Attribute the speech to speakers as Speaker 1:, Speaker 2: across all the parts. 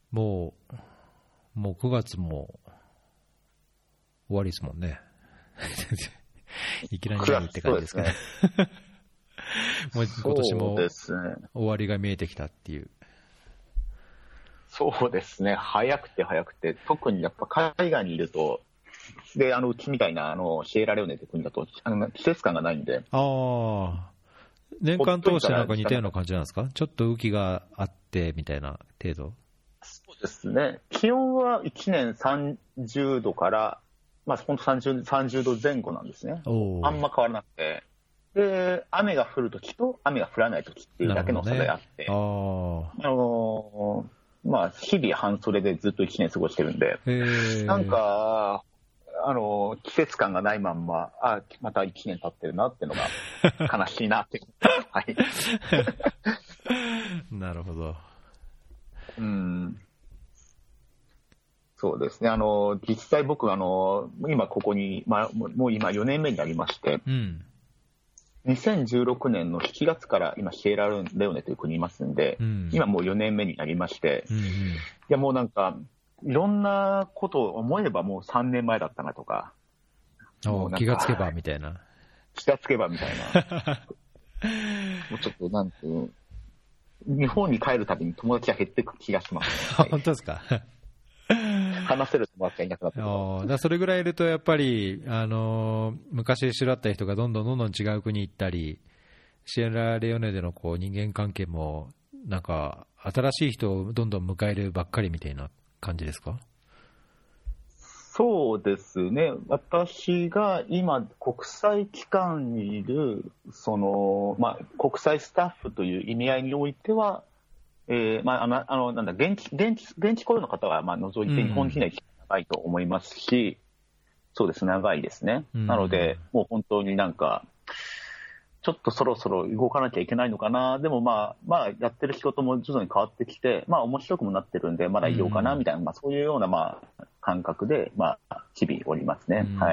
Speaker 1: もう9月も終わりですもんね。いきなり何って感じですけど、ね、もう今年も終わりが見えてきたっていう。
Speaker 2: そうですね、早くて、特にやっぱ海外にいると、でうちみたいなシエラレオネって国だと季節感がないんで。
Speaker 1: 年間通してなんか似たような感じなんですか？ちょっと雨季があってみたいな程度。
Speaker 2: そうですね、気温は1年30度から、まあ、本当30度前後なんですね。あんま変わらなくて、で雨が降るときと雨が降らないときっていうだけの差であって、まあ、日々半袖でずっと1年過ごしてるんで、なんか季節感がないまんま、また1年経ってるなっていうのが悲しいなってはい、
Speaker 1: なるほど。
Speaker 2: そうですね、実際僕今ここに、もう今4年目になりまして、2016年の7月から今シエラレオネという国にいますんで、今もう4年目になりまして、いやもうなんかいろんなことを思えばもう3年前だったなとか、
Speaker 1: 気がつけばみたいな
Speaker 2: もうちょっとなんていう日本に帰るたびに友達が減っていく気がします、
Speaker 1: ね。本当ですか？
Speaker 2: 話せる友達がいなくなって
Speaker 1: だそれぐらいいるとやっぱり、昔一緒だった人がどんどん違う国行ったり、シエラレオネでのこう人間関係もなんか新しい人をどんどん迎えるばっかりみたいな感じですか？
Speaker 2: そうですね、私が今国際機関にいる国際スタッフという意味合いにおいては、現地雇用の方は除いて日本人は長いと思いますし、そうです、長いですね。なのでもう本当になんかちょっとそろそろ動かなきゃいけないのかな、でもやってる仕事も徐々に変わってきて、面白くもなってるんでまだいようかなみたいな、そういうような感覚で日々おりますね。はい。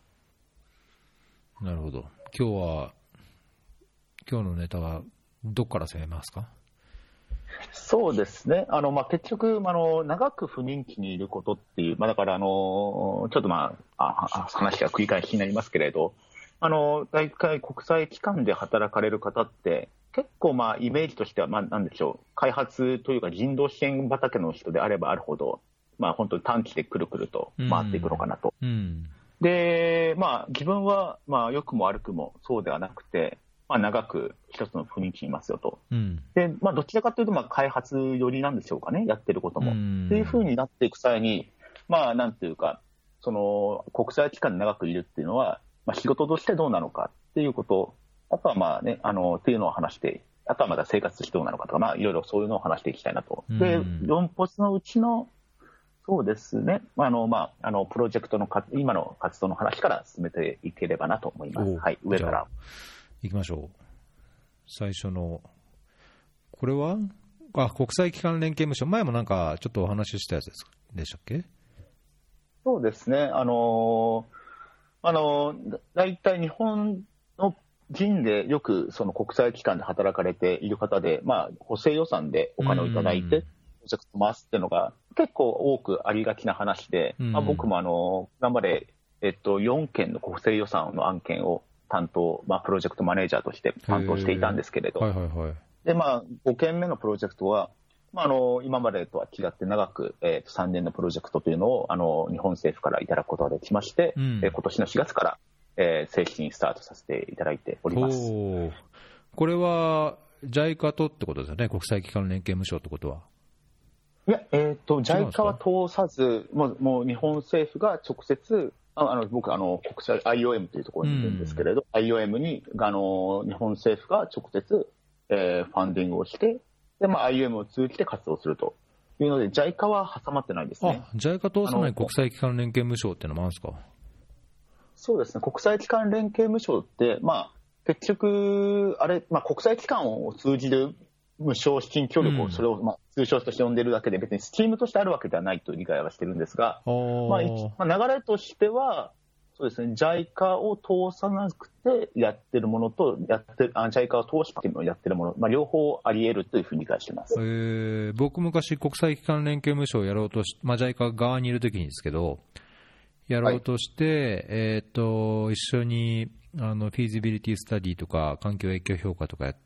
Speaker 1: なるほど。今日のネタはどこから攻めますか？
Speaker 2: そうですね、結局長く不人気にいることっていう、だからちょっと話が繰り返しになりますけれど、大体国際機関で働かれる方って結構イメージとしてはなんでしょう、開発というか人道支援畑の人であればあるほど、本当に短期でくるくると回っていくのかなと。で自分は良くも悪くもそうではなくて、長く一つの雰囲気にいますよと。でどちらかというと開発寄りなんでしょうかね、やってることも。っていう風になっていく際に、なんていうか、その国際機関に長くいるっていうのは、仕事としてどうなのかっていうこと、あとはっていうのを話して、あとはまだ生活としてどうなのかとか、いろいろそういうのを話していきたいなと。で、4発のうちの、そうですね、プロジェクトの今の活動の話から進めていければなと思います。はい、上から
Speaker 1: 行きましょう。最初のこれは国際機関連携務所、前もなんかちょっとお話ししたやつでしたっけ？
Speaker 2: そうですね、大体日本の人でよくその国際機関で働かれている方で、補正予算でお金をいただいてプロジェクトを回すっていうのが結構多くありがちな話で、僕も今まで4件の国政予算の案件を担当、プロジェクトマネージャーとして担当していたんですけれど、で5件目のプロジェクトは、今までとは違って長く、3年のプロジェクトというのを日本政府からいただくことができまして、今年の4月から、正式にスタートさせていただいております。
Speaker 1: これは JICA とってことですよね、国際機関連携務所ってことは。
Speaker 2: いや、JICA は通さず、もう日本政府が直接、僕国際 IOM というところにいるんですけれど、IOM に日本政府が直接、ファンディングをして、でIOM を通じて活動するというので JICA は挟まってないですね。
Speaker 1: JICA 通さない国際機関連携務所ってのもあるんですか？
Speaker 2: そうですね、国際機関連携務所って、結局あれ、国際機関を通じる無償資金協力を、それを通称として呼んでるだけで、別にスチームとしてあるわけではないという理解はしてるんですが、流れとしては、 そうですね、JICA を通さなくてやってるものと、JICA を通してやってるもの、まあ、両方あり得るというふうに理解しています。
Speaker 1: 僕、昔、国際機関連携務省をやろうとまあ、JICA 側にいるときにですけど、やろうとして、一緒にフィージビリティスタディとか環境影響評価とかやって、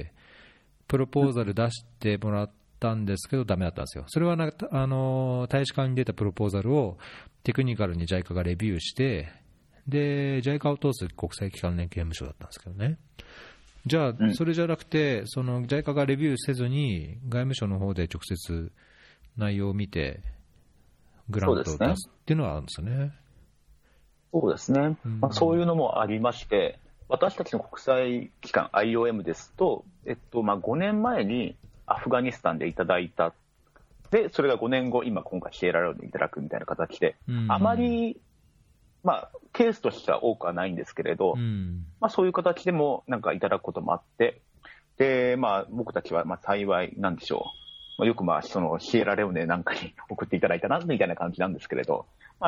Speaker 1: プロポーザル出してもらったんですけど、ダメだったんですよ。それは大使館に出たプロポーザルをテクニカルに JICA がレビューして、で JICA を通す国際機関連携務省だったんですけどね。じゃあ、それじゃなくて、その JICA がレビューせずに、外務省の方で直接内容を見て、グラントを出すっていうのはあるんですよね。
Speaker 2: そうですね、まあ、そういうのもありまして、私たちの国際機関 IOM ですと、まあ、5年前にアフガニスタンでいただいた、でそれが5年後、今回シエラレオネでいただくみたいな形で、あまり、まあ、ケースとしては多くはないんですけれど、まあ、そういう形でもなんかいただくこともあって、で、まあ、僕たちはまあ幸いなんでしょう、まあ、よくまあそのシエラレオネなんかに送っていただいたなみたいな感じなんですけれど、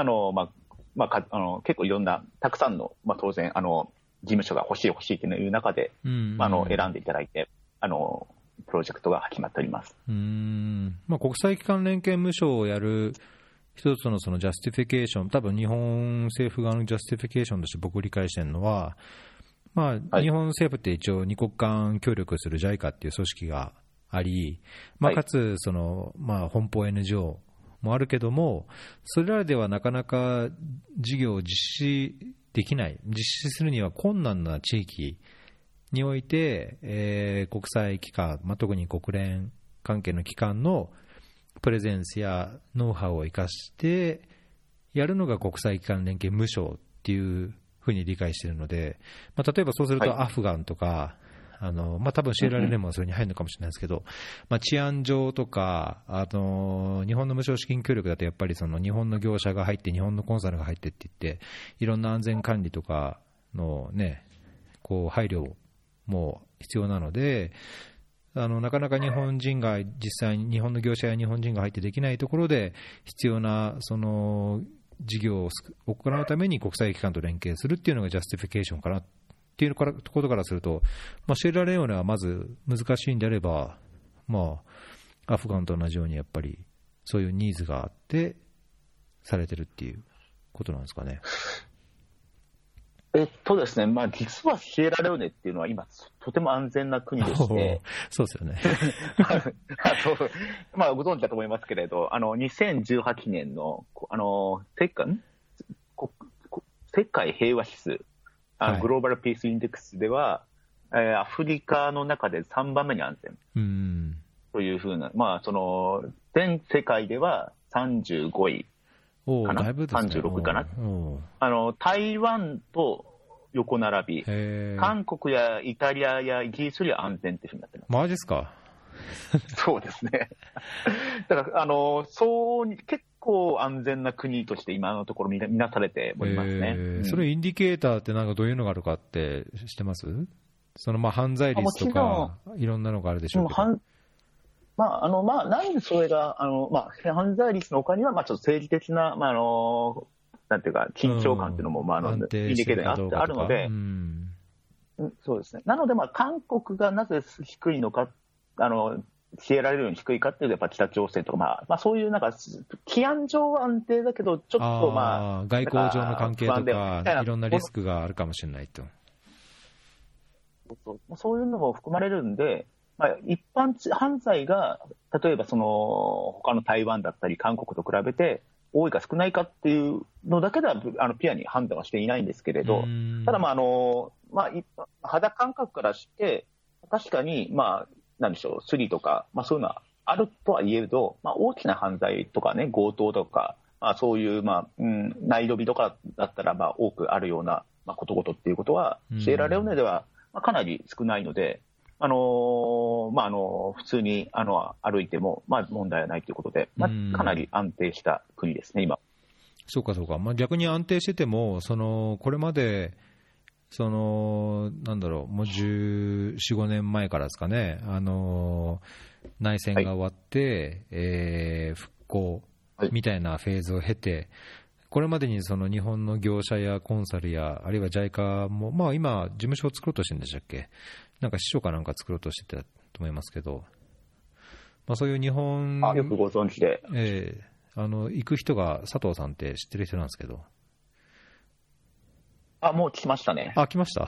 Speaker 2: 結構いろんなたくさんの、まあ、当然事務所が欲しいという中で、選んでいただいてプロジェクトが決まっております。
Speaker 1: まあ、国際機関連携務省をやる一つのそのジャスティフィケーション、多分日本政府側のジャスティフィケーションとして僕理解しているのは、まあ、日本政府って一応二国間協力する JICA っていう組織があり、まあ、かつその、まあ、本邦 NGO もあるけども、それらではなかなか事業を実施できない、実施するには困難な地域において、国際機関、まあ、特に国連関係の機関のプレゼンスやノウハウを生かしてやるのが国際機関連携務省っていうふうに理解しているので、まあ、例えばそうするとアフガンとか、まあ、多分シエラレオネもそれに入るのかもしれないですけど、まあ、治安上とか、日本の無償資金協力だとやっぱりその日本の業者が入って日本のコンサルが入ってって言っていろんな安全管理とかのね、こう配慮も必要なので、なかなか日本人が実際に日本の業者や日本人が入ってできないところで必要なその事業を行うために国際機関と連携するっていうのがジャスティフィケーションかなっていうことからすると、まあ、シエラレオネはまず難しいんであれば、まあ、アフガンと同じようにやっぱりそういうニーズがあってされてるっていうことなんですかね。
Speaker 2: ですね、まあ、実はシエラレオネっていうのは今とても安全な国でして
Speaker 1: そうですよね
Speaker 2: まあ、ご存知だと思いますけれど、2018年の世界平和指数、グローバルピースインデックスでは、アフリカの中で3番目に安全というふうな、まあ、その全世界では35位かな、36位かな、台湾と横並び、韓国やイタリアやイギリスより安全というふうになってます。
Speaker 1: マジですか
Speaker 2: そうですねだから結構安全な国として今のところ見なされておりますね。
Speaker 1: それインディケーターってなんかどういうのがあるかって知ってます？そのまあ犯罪率とかいろんなのがあるでしょうけど、
Speaker 2: なんでそれが犯罪率の他にはちょっと政治的な、なんていうか緊張感っていうのも、インディケーターにあるので、そうですね。なので韓国がなぜ低いのか、シエラレオネより低いかっていうと、やっぱ北朝鮮とか、そういうなんか治安上は安定だけど、ちょっと
Speaker 1: 外交上の関係とかいろんなリスクがあるかもしれないと。
Speaker 2: そういうのも含まれるんで、一般犯罪が例えば他の台湾だったり韓国と比べて多いか少ないかっていうのだけではピュアに判断はしていないんですけれど、ただ肌感覚からして確かになんでしょう、スリとか、そういうのはあるとは言えると、大きな犯罪とかね、強盗とか、そういう内ロビとかだったら多くあるようなことごとっていうことはシエラレオネではかなり少ないので、普通に歩いても問題はないということで、かなり安定した国ですね、今。
Speaker 1: そうかそうか、逆に安定しててもこれまでなんだろう、もう14、15年前からですかね、内戦が終わって、復興みたいなフェーズを経て、 これまでにその日本の業者やコンサルや、あるいは JICA も、まあ、今、事務所を作ろうとしてるんでしたっけ、なんか支所かなんか作ろうとしてたと思いますけど、まあ、そういう日本、
Speaker 2: よくご存知で、
Speaker 1: 行く人が佐藤さんって知ってる人なんですけど、
Speaker 2: もう来ましたね。
Speaker 1: 来ました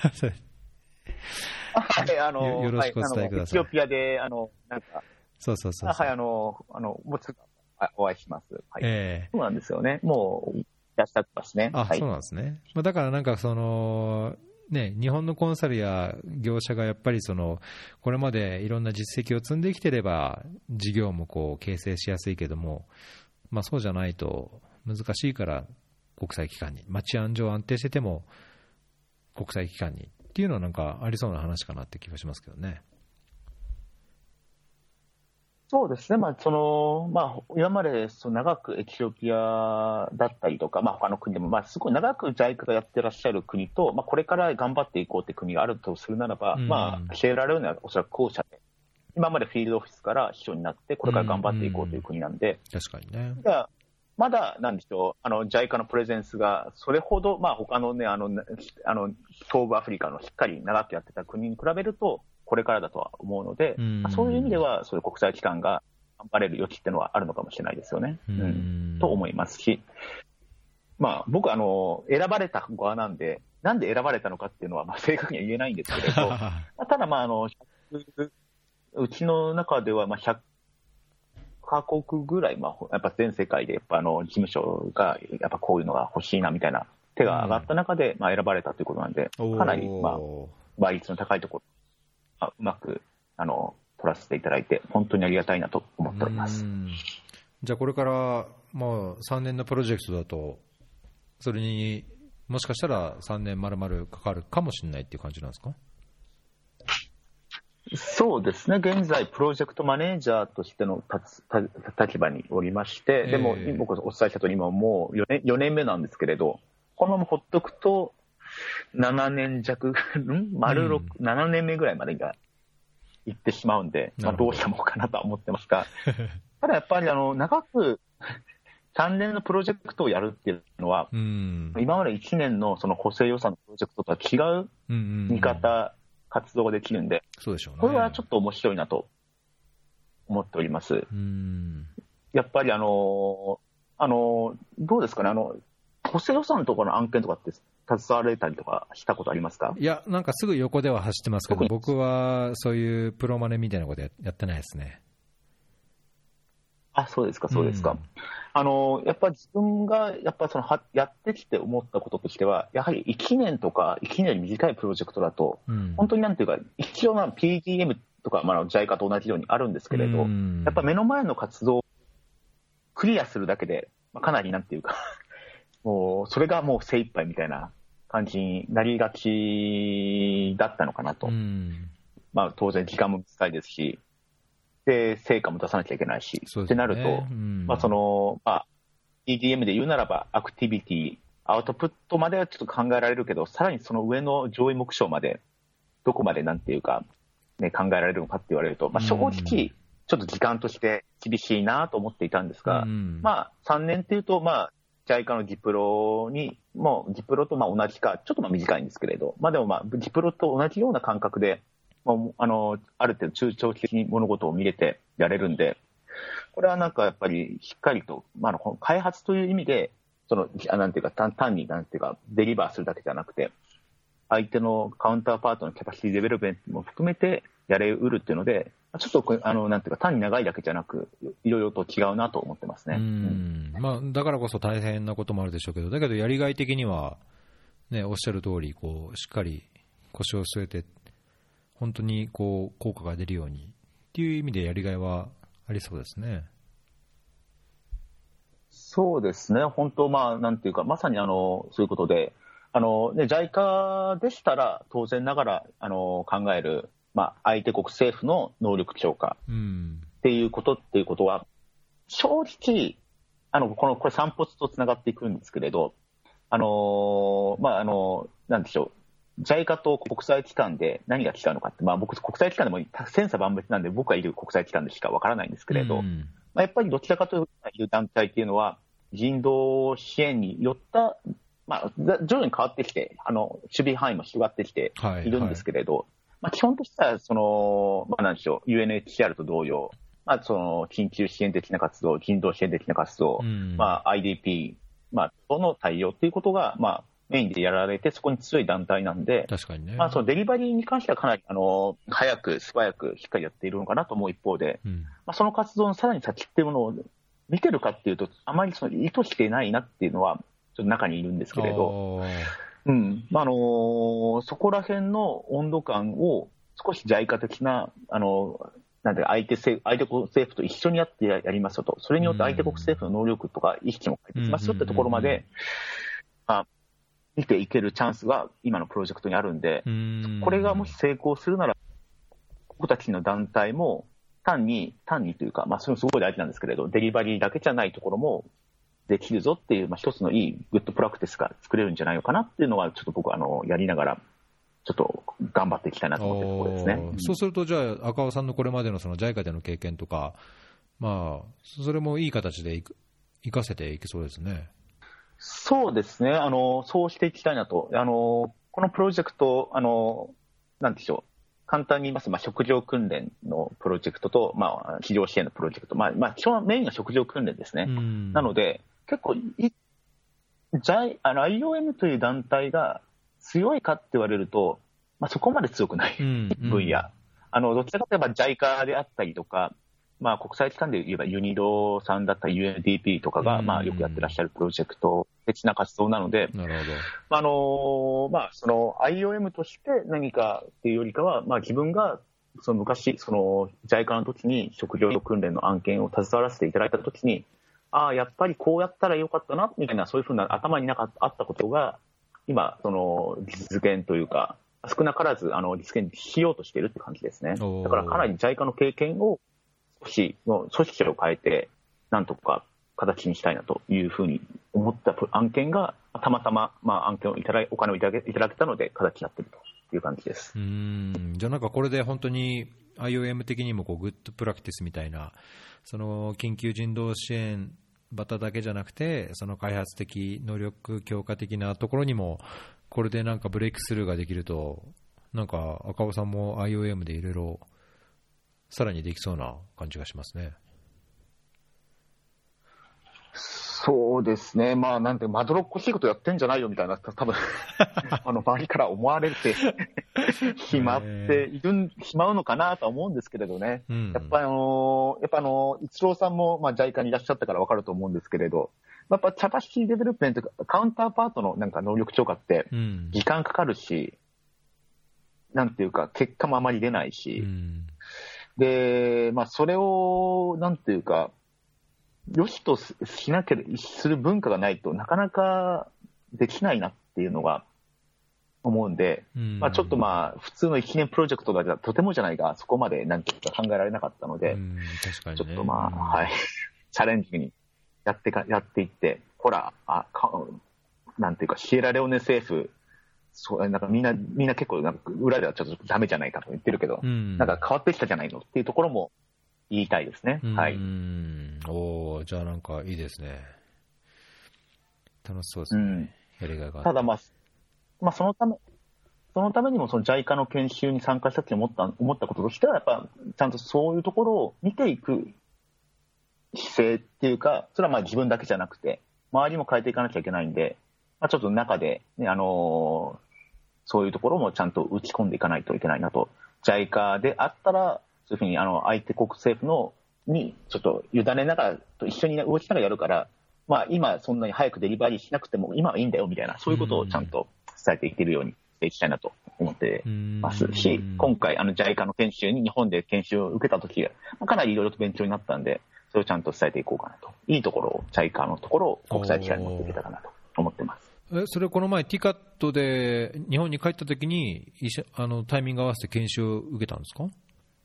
Speaker 2: はい、
Speaker 1: よろしくお伝えください。
Speaker 2: エチオピアで、なんか、
Speaker 1: そうそうそう。
Speaker 2: はい、もうすぐお会いします。はい。そうなんですよね。もう、いらっしゃってますね。はい、
Speaker 1: そうなんですね。まあ、だからなんかその、ね、日本のコンサルや業者がやっぱりそのこれまでいろんな実績を積んできてれば事業もこう形成しやすいけども、まあ、そうじゃないと難しいから国際機関に、治安上安定してても国際機関にっていうのはなんかありそうな話かなって気がしますけどね。
Speaker 2: そうですね、今まで長くエチオピアだったりとか、他の国でも、すごい長くJICAがやってらっしゃる国と、これから頑張っていこうという国があるとするならば、シェラレオネはおそらく後者で、今までフィールドオフィスから秘書になって、これから頑張っていこうという国なんで、
Speaker 1: 確かにね。
Speaker 2: まだなんでしょう、JICA のプレゼンスがそれほど、他のね、東部アフリカのしっかり長くやってた国に比べると、これからだとは思うので、そういう意味では、そういう国際機関が頑張れる余地っていうのはあるのかもしれないですよね。と思いますし、僕選ばれた側なんで、なんで選ばれたのかっていうのは正確には言えないんですけれど、ただうちの中では100カ国ぐらい、やっぱ全世界でやっぱ事務所がやっぱこういうのが欲しいなみたいな手が上がった中で選ばれたということなんで、かなり倍率の高いところ、うまく取らせていただいて本当にありがたいなと思っております。
Speaker 1: じゃあこれから3年のプロジェクトだと、それにもしかしたら3年まるまるかかるかもしれないっていう感じなんですか？
Speaker 2: そうですね、現在プロジェクトマネージャーとしての立場におりまして、でも僕お伝えした通り今もう4年目なんですけれど、このままほっとくと7年弱7年目ぐらいまでが行ってしまうんで、どうしたもんかなとは思ってますがただやっぱり長く3年のプロジェクトをやるっていうのは、今まで1年のその補正予算のプロジェクトとは違う見方、活動ができるんで、
Speaker 1: そうでしょうね、
Speaker 2: これはちょっと面白いなと思っております。やっぱりどうですかね、補正予算のところの案件とかって携われたりとかしたことありますか？
Speaker 1: いや、なんかすぐ横では走ってますけど、僕はそういうプロマネみたいなことやってないですね。
Speaker 2: そうですか、そうですか。やっぱり自分がやってきて思ったこととしては、やはり1年とか1年より短いプロジェクトだと、本当になんていうか、一応PDM とか、JICA と同じようにあるんですけれど、やっぱ目の前の活動をクリアするだけで、かなりなんていうかもうそれがもう精一杯みたいな感じになりがちだったのかなと。当然時間も短いですし、で成果も出さなきゃいけないし、ってなると、EDM で言うならばアクティビティ、アウトプットまではちょっと考えられるけど、さらにその上の上位目標までどこまでなんていうか、考えられるのかって言われると、正直ちょっと時間として厳しいなと思っていたんですが、3年っていうとJICA のジプロと同じかちょっと短いんですけれど、でもジプロと同じような感覚である程度中長期的に物事を見れてやれるんで、これはなんかやっぱりしっかりと、開発という意味でなんていうか単になんていうかデリバーするだけじゃなくて、相手のカウンターパートのキャパシティデベロップメントも含めてやれうるっていうので、ちょっとなんていうか単に長いだけじゃなくいろいろと違うなと思ってますね。
Speaker 1: だからこそ大変なこともあるでしょうけど、だけどやりがい的には、おっしゃる通りしっかり腰を据えて本当に効果が出るようにっていう意味でやりがいはありそうですね。
Speaker 2: そうですね、本当なんていうかまさにそういうことで、JICA でしたら当然ながら考える、相手国政府の能力強化っていうことは正直これ散歩とつながっていくんですけれど、なんでしょう、JICA と国際機関で何が違うのかって、僕国際機関でも千差万別なんで僕がいる国際機関でしかわからないんですけれど、やっぱりどちらかという大体っていうのは人道支援によった、徐々に変わってきて、守備範囲も広がってきているんですけれど、基本としてはなんでしょう、UNHCR と同様、その緊急支援的な活動、人道支援的な活動、IDP、との対応ということが、メインでやられて、そこに強い団体なんで、
Speaker 1: 確かにね、
Speaker 2: そのデリバリーに関してはかなり早く、素早く、しっかりやっているのかなと思う一方で、その活動のさらに先っていうものを見てるかっていうと、あまりその意図していないなっていうのは、ちょっと中にいるんですけれど、そこら辺の温度感を少しJICA的な、なんで相手国政府と一緒にやりますよと、それによって相手国政府の能力とか意識も変えてきますよってところまで、見ていけるチャンスが今のプロジェクトにあるんで、これがもし成功するなら、僕たちの団体も単にというか、それもすごい大事なんですけれど、デリバリーだけじゃないところもできるぞっていう、一つのいいグッドプラクティスが作れるんじゃないのかなっていうのは、ちょっと僕はやりながら、ちょっと頑張っていきたいなと思ってるところですね。
Speaker 1: そうすると、じゃあ、赤尾さんのこれまでのその JICA での経験とか、それもいい形で生かせていけそうですね。
Speaker 2: そうですね、そうしていきたいなと、このプロジェクト、なんでしょう、簡単に言いますと、職業訓練のプロジェクトと、企業支援のプロジェクト、基本はメインが職業訓練ですね。なので、結構IOM という団体が強いかって言われると、そこまで強くない分野、どちらかといえば JICA であったりとか、国際機関で言えばユニドさんだったり UNDP とかがよくやってらっしゃるプロジェクト的な活動なので、
Speaker 1: なるほ
Speaker 2: ど、その IOM として何かっていうよりかは、自分が昔JICA の時に職業訓練の案件を携わらせていただいた時に、やっぱりこうやったらよかったなみたいな、そういうふうな頭にあったことが今実現というか、少なからず実現しようとしているって感じですね。だからかなり JICA の経験を少しの組織を変えてなんとか形にしたいなというふうに思った案件がたまたま案件をお金をいただけたので形になっているという感じです。
Speaker 1: じゃあなんかこれで本当に IOM 的にもグッドプラクティスみたいな、その緊急人道支援バタだけじゃなくて、その開発的能力強化的なところにもこれでなんかブレイクスルーができると、なんか赤尾さんも IOM でいろいろさらにできそうな感じがしますね。
Speaker 2: そうですね、なんてまどろっこしいことやってんじゃないよみたいな、多分周りから思われてしまうのかなとは思うんですけれどね、やっぱ一郎さんもJICA にいらっしゃったから分かると思うんですけれど、やっぱキャパシティデベロップメント、カウンターパートのなんか能力強化って時間かかるし、なんていうか結果もあまり出ないし、でそれをなんていうか良しとする文化がないとなかなかできないなっていうのが思うんで、ちょっと普通の1年プロジェクトだととてもじゃないがそこまでなんていうか考えられなかったので、
Speaker 1: 確かにね、
Speaker 2: ちょっとチャレンジにやっていって、ほらなんていうかシエラレオネ政府なんかみんな結構なんか裏ではちょっとダメじゃないかと言ってるけど、なんか変わってきたじゃないのっていうところも言いたいですね。
Speaker 1: じゃあなんかいいですね。楽しそうですね。やりがいがあって。
Speaker 2: ただそのためにもその JICA の研修に参加したって思ったこととしては、やっぱちゃんとそういうところを見ていく姿勢っていうか、それは自分だけじゃなくて周りも変えていかなきゃいけないんで、ちょっと中で、ね、そういうところもちゃんと打ち込んでいかないといけないなと。JICA であったらそういうふうに相手国政府にちょっと委ねながらと一緒に動きながらやるから、今そんなに早くデリバリーしなくても今はいいんだよみたいな、そういうことをちゃんと伝えていけるようにしていきたいなと思ってますし、今回JICA の研修に日本で研修を受けた時がかなりいろいろと勉強になったんで、それをちゃんと伝えていこうかなと。いいところを JICA のところを国際機関に持っていけたかなと思ってます。
Speaker 1: それこの前 TICAT で日本に帰った時にタイミング合わせて研修を受けたんですか？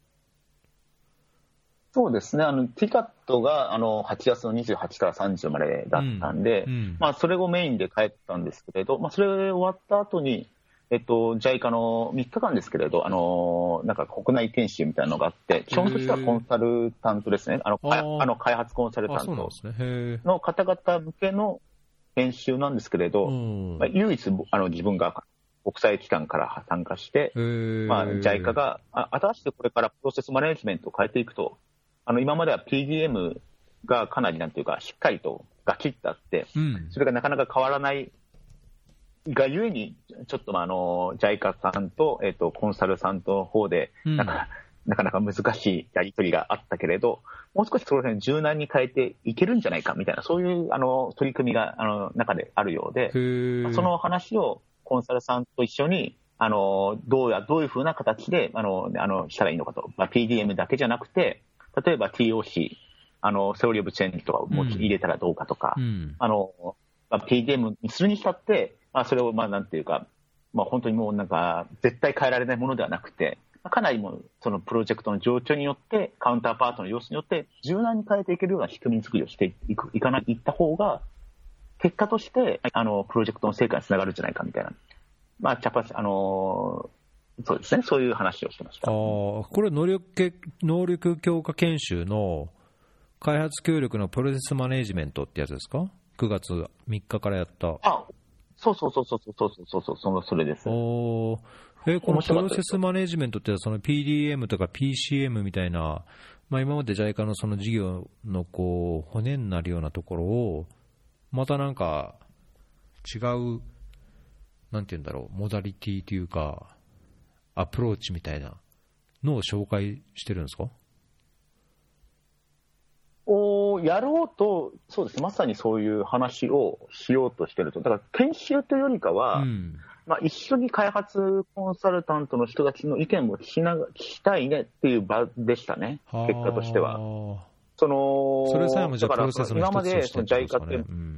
Speaker 2: そうですね、TICAT が8月の28から30までだったんで、それをメインで帰ったんですけれど、それ終わった後に JICA の3日間ですけれど、なんか国内研修みたいなのがあって、基本としてはコンサルタントですね、開発コンサルタントの方々向けの研修なんですけれど、唯一自分が国際機関から参加して、JICA が新しくこれからプロセスマネジメントを変えていくと、今までは PDM がかなりなんていうか、しっかりとガチッとあって、それがなかなか変わらないがゆえに、ちょっとJICA さんと、コンサルさんとの方でなかなか難しいやり取りがあったけれど、もう少しその辺柔軟に変えていけるんじゃないかみたいな、そういう取り組みが中であるようで、その話をコンサルさんと一緒にどういうふうな形でしたらいいのかと、PDM だけじゃなくて、例えば TOC、セオリーオブチェンジとかを入れたらどうかとか、PDM にするにしたって、それをなんていうか、本当にもうなんか絶対変えられないものではなくて、かなりもうそのプロジェクトの状況によって、カウンターパートの様子によって柔軟に変えていけるような仕組み作りをしていった方が、結果としてプロジェクトの成果につながるんじゃないかみたいな、そうですね、そういう話をしてました。
Speaker 1: これ能力強化研修の開発協力のプロセスマネジメントってやつですか？9月3日からやった。
Speaker 2: そう、それです。
Speaker 1: このプロセスマネジメントってその PDM とか PCM みたいな、今まで JICA のその事業の骨になるようなところをまたなんか違う、なんていうんだろう、モダリティというかアプローチみたいなのを紹介してるんですか？
Speaker 2: やろうと、そうです、まさにそういう話をしようとしてると。だから研修というよりかは、一緒に開発コンサルタントの人たちの意見も聞きたいねっていう場でしたね、結果としては。
Speaker 1: それさえもじゃあプロセスの一つとしてですかね。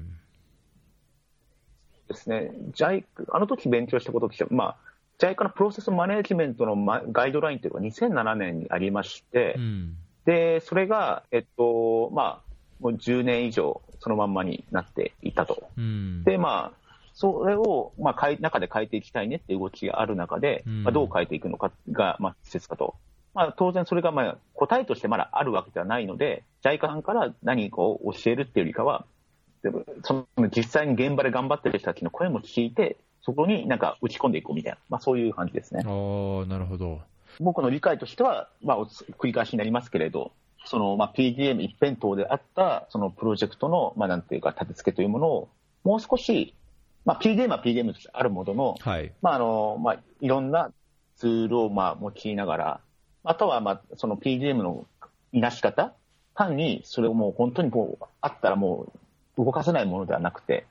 Speaker 2: ですね、あの時勉強したこととして、JICA のプロセスマネジメントのガイドラインというのが2007年にありまして、でそれが、もう10年以上そのまんまになっていたと。でそれを、中で変えていきたいねっていう動きがある中で、どう変えていくのかが、施設かと。当然それが答えとしてまだあるわけではないので、JICA さんから何かを教えるっていうよりかは、その実際に現場で頑張ってる人たちの声も聞いて、そこになんか打ち込んでいこうみたいな、そういう感じですね。
Speaker 1: なるほど。
Speaker 2: 僕の理解としては、繰り返しになりますけれど、そのPDM 一辺倒であったそのプロジェクトのなんていうか立て付けというものをもう少し、PDM は PDM としてあるものの、いろんなツールを用いながら、あとはその PDM のいなし方、単にそれをもう本当にあったらもう動かせないものではなくて、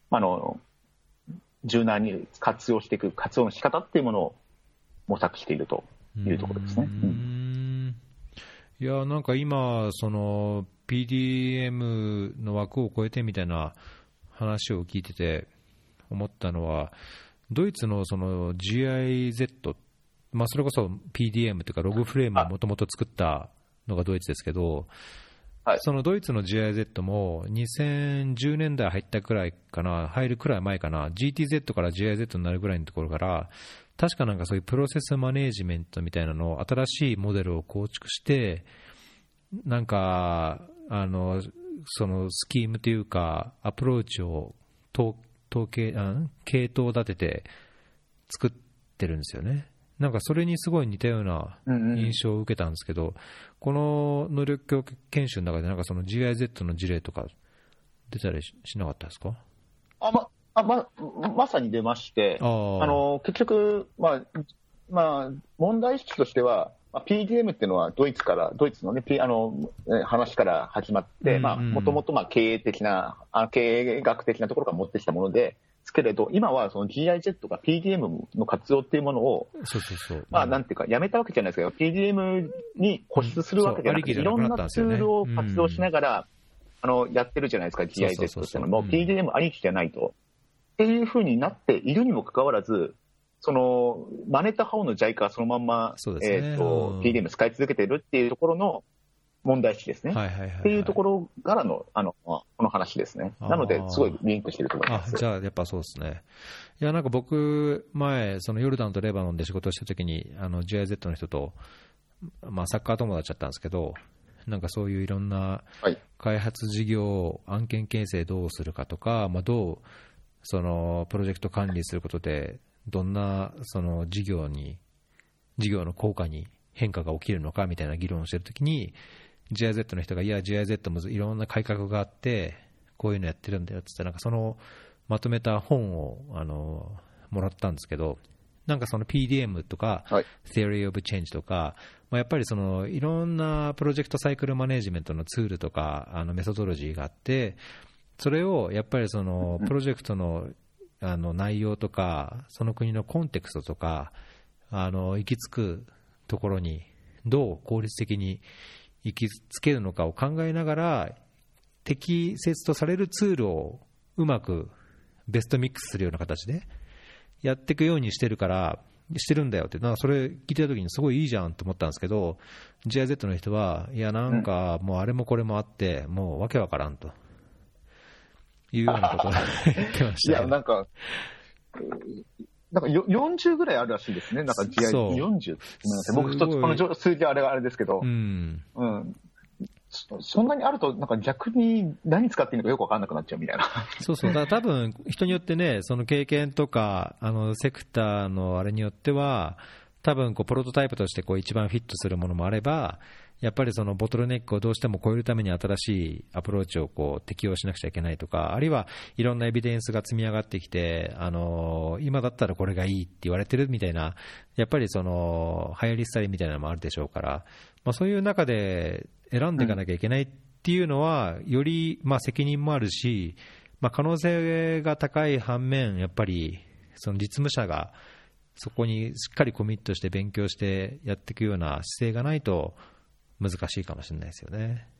Speaker 2: 柔軟に活用していく活用の仕方っていうものを模索しているというところですね。
Speaker 1: いやなんか今その PDM の枠を超えてみたいな話を聞いてて思ったのは、ドイツのその GIZ、それこそ PDM というかログフレームをもともと作ったのがドイツですけど、そのドイツの GIZ も2010年代入ったくらいかな、入るくらい前かな、 GTZ から GIZ になるくらいのところから確かなんかそういうプロセスマネージメントみたいなのを新しいモデルを構築して、なんかそのスキームというかアプローチを系統立てて作ってるんですよね。なんかそれにすごい似たような印象を受けたんですけど、この能力強化研修の中でなんかその GIZ の事例とか出たりしなかったですか？
Speaker 2: まさに出まして、結局、問題意識としては、PDM っていうのはドイツの、ね、話から始まって、もともと経営学的なところから持ってきたものですけれど、今はその GIZ が PDM の活用っていうものを、なんていうか、やめたわけじゃないですけど、PDM に固執するわけじゃなくて、いろんなツールを活用しながら、やってるじゃないですか、GIZ っていうのも、PDM ありきじゃないと。っていうふうになっているにもかかわらず、その真似た方の JICA はそのまんま、PDM 使い続けているっていうところの問題視ですね。っていうところからのこの話ですね。なので、すごいリンクしてると思います。
Speaker 1: じゃあ、やっぱそうですね。いや、なんか僕、前、そのヨルダンとレバノンで仕事をしたときに、GIZ の人と、サッカー友達だったんですけど、なんかそういういろんな開発事業、案件形成どうするかとか、どうそのプロジェクト管理することで、どんなその事業の効果に変化が起きるのかみたいな議論をしているときに、GIZ の人が、いや、GIZ もいろんな改革があって、こういうのやってるんだよって言って、なんかそのまとめた本をもらったんですけど、なんかその PDM とか、Theory of Change とか、やっぱりそのいろんなプロジェクトサイクルマネジメントのツールとかメソドロジーがあって、それをやっぱりそのプロジェクトの内容とか、その国のコンテクストとか、行き着くところにどう効率的に行きつけるのかを考えながら、適切とされるツールをうまくベストミックスするような形でやっていくようにしてるんだよって、なんかそれ聞いてた時にすごいいいじゃんと思ったんですけど、 GIZ の人は、いや、なんかもうあれもこれもあって、もうわけわからんというようなことを言ってました、ね。
Speaker 2: いや、なんか40ぐらいあるらしいですね。なんか GIZ40。僕ちょっとこの数字あれですけど、そんなにあると、なんか逆に何使っていいのかよく分からなくなっちゃうみたいな。
Speaker 1: そうそう、だから多分人によってね、その経験とかセクターのあれによっては、多分プロトタイプとして一番フィットするものもあれば、やっぱりそのボトルネックをどうしても超えるために新しいアプローチを適用しなくちゃいけないとか、あるいはいろんなエビデンスが積み上がってきて、今だったらこれがいいって言われてるみたいな、やっぱりその流行り廃りみたいなのもあるでしょうから、そういう中で選んでいかなきゃいけないっていうのは、より責任もあるし、可能性が高い反面、やっぱりその実務者がそこにしっかりコミットして勉強してやっていくような姿勢がないと難しいかもしれないですよね。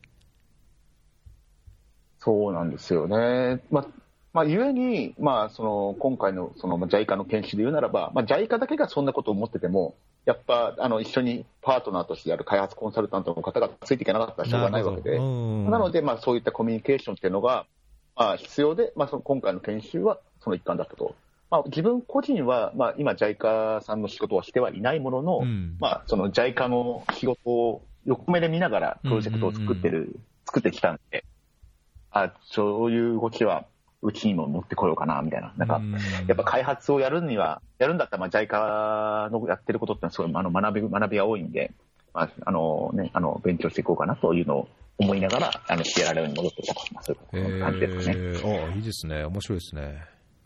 Speaker 2: そうなんですよね。ゆえに、その今回のその JICA の研修で言うならば、JICA だけがそんなことを思ってても、やっぱ一緒にパートナーとしてやる開発コンサルタントの方がついていけなかったらしょうがないわけで、なのでそういったコミュニケーションというのが必要で、その今回の研修はその一環だったと。自分個人は、今 JICA さんの仕事をしてはいないものの、その JICA の仕事を横目で見ながらプロジェクトを作ってきたんで、そういう動きはうちにも持ってこようかなみたいな、なんかやっぱ開発をやるんだったら JICA のやってることってすごい学びが多いんで、勉強していこうかなというのを思いながらシエラレオネに戻ってきたと、そういう感じですかね。
Speaker 1: いいですね、面白いですね。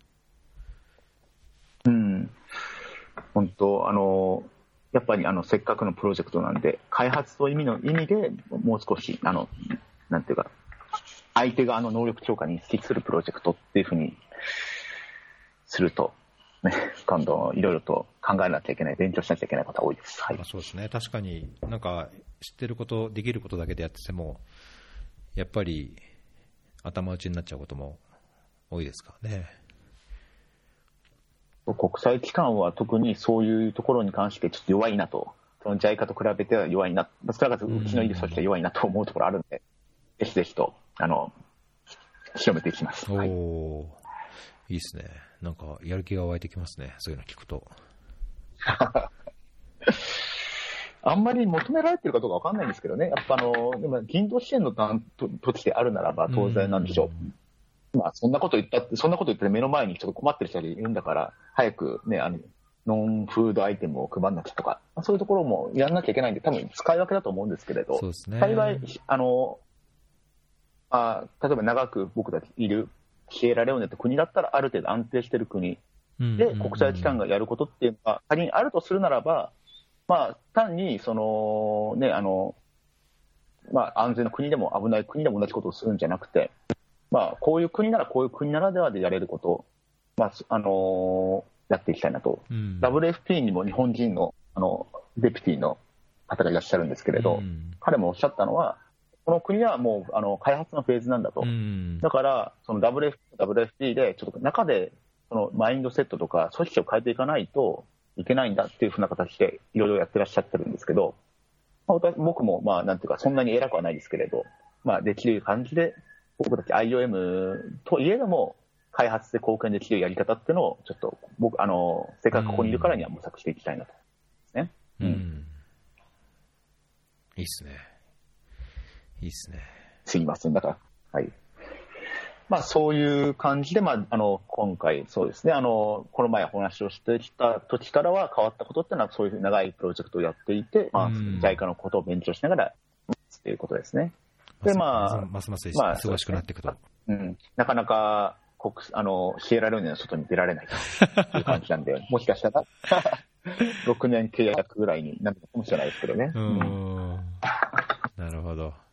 Speaker 2: 本当やっぱりせっかくのプロジェクトなんで、開発と意味でもう少しなんていうか、相手側の能力強化に匹敵するプロジェクトっていうふうにすると、今度いろいろと考えなきゃいけない、勉強しなきゃいけないことが多いです。
Speaker 1: そうですね、確かになんか知ってること、できることだけでやってても、やっぱり頭打ちになっちゃうことも多いですからね。
Speaker 2: 国際機関は特にそういうところに関してちょっと弱いなと、その JICA と比べては弱いな、少なくともうちの技術としては弱いなと思うところあるので、ぜひぜひと広めていきます。
Speaker 1: いいですね。なんかやる気が湧いてきますね、そういうの聞くと。
Speaker 2: あんまり求められてるかどうかわかんないんですけどね。やっぱでも人道支援の土地であるならば当然なんでしょう。そんなこと言って目の前にちょっと困ってる人がいるんだから、早くね、ノンフードアイテムを配んなきゃとか、そういうところもやらなきゃいけないんで、多分使い分けだと思うんですけれど、
Speaker 1: そうですね、
Speaker 2: 幸い例えば長く僕たちいるシエラレオネって国だったらある程度安定している国で国際機関がやることっていうのが仮にあるとするならば、単にその、安全な国でも危ない国でも同じことをするんじゃなくて、こういう国ならこういう国ならではでやれることを、やっていきたいなと、WFP にも日本人のデピティの方がいらっしゃるんですけれど、彼もおっしゃったのは、この国はもう開発のフェーズなんだと、だからその WFP でちょっと中でそのマインドセットとか組織を変えていかないといけないんだっていうふうな形でいろいろやってらっしゃってるんですけど、僕もなんていうかそんなに偉くはないですけれど、できる感じで僕たち IOM といえども、開発で貢献できるやり方っていうのを、ちょっと僕、せっかくここにいるからには模索していきたいなと。ね。
Speaker 1: いいっすね。いいっすね。
Speaker 2: すいません。だから、はい。まあ、そういう感じで、まあ、今回、そうですね、この前お話をしてきた時からは変わったことっていうのは、そういう長いプロジェクトをやっていて、まあ、JICA のことを勉強しながら、ということですね。で、まあ、
Speaker 1: ますます忙しくなっていくと。
Speaker 2: なかなか、シエラレオネの外に出られないという感じなんで、もしかしたら、6年契約ぐらいになるかもしれないですけどね。
Speaker 1: なるほど。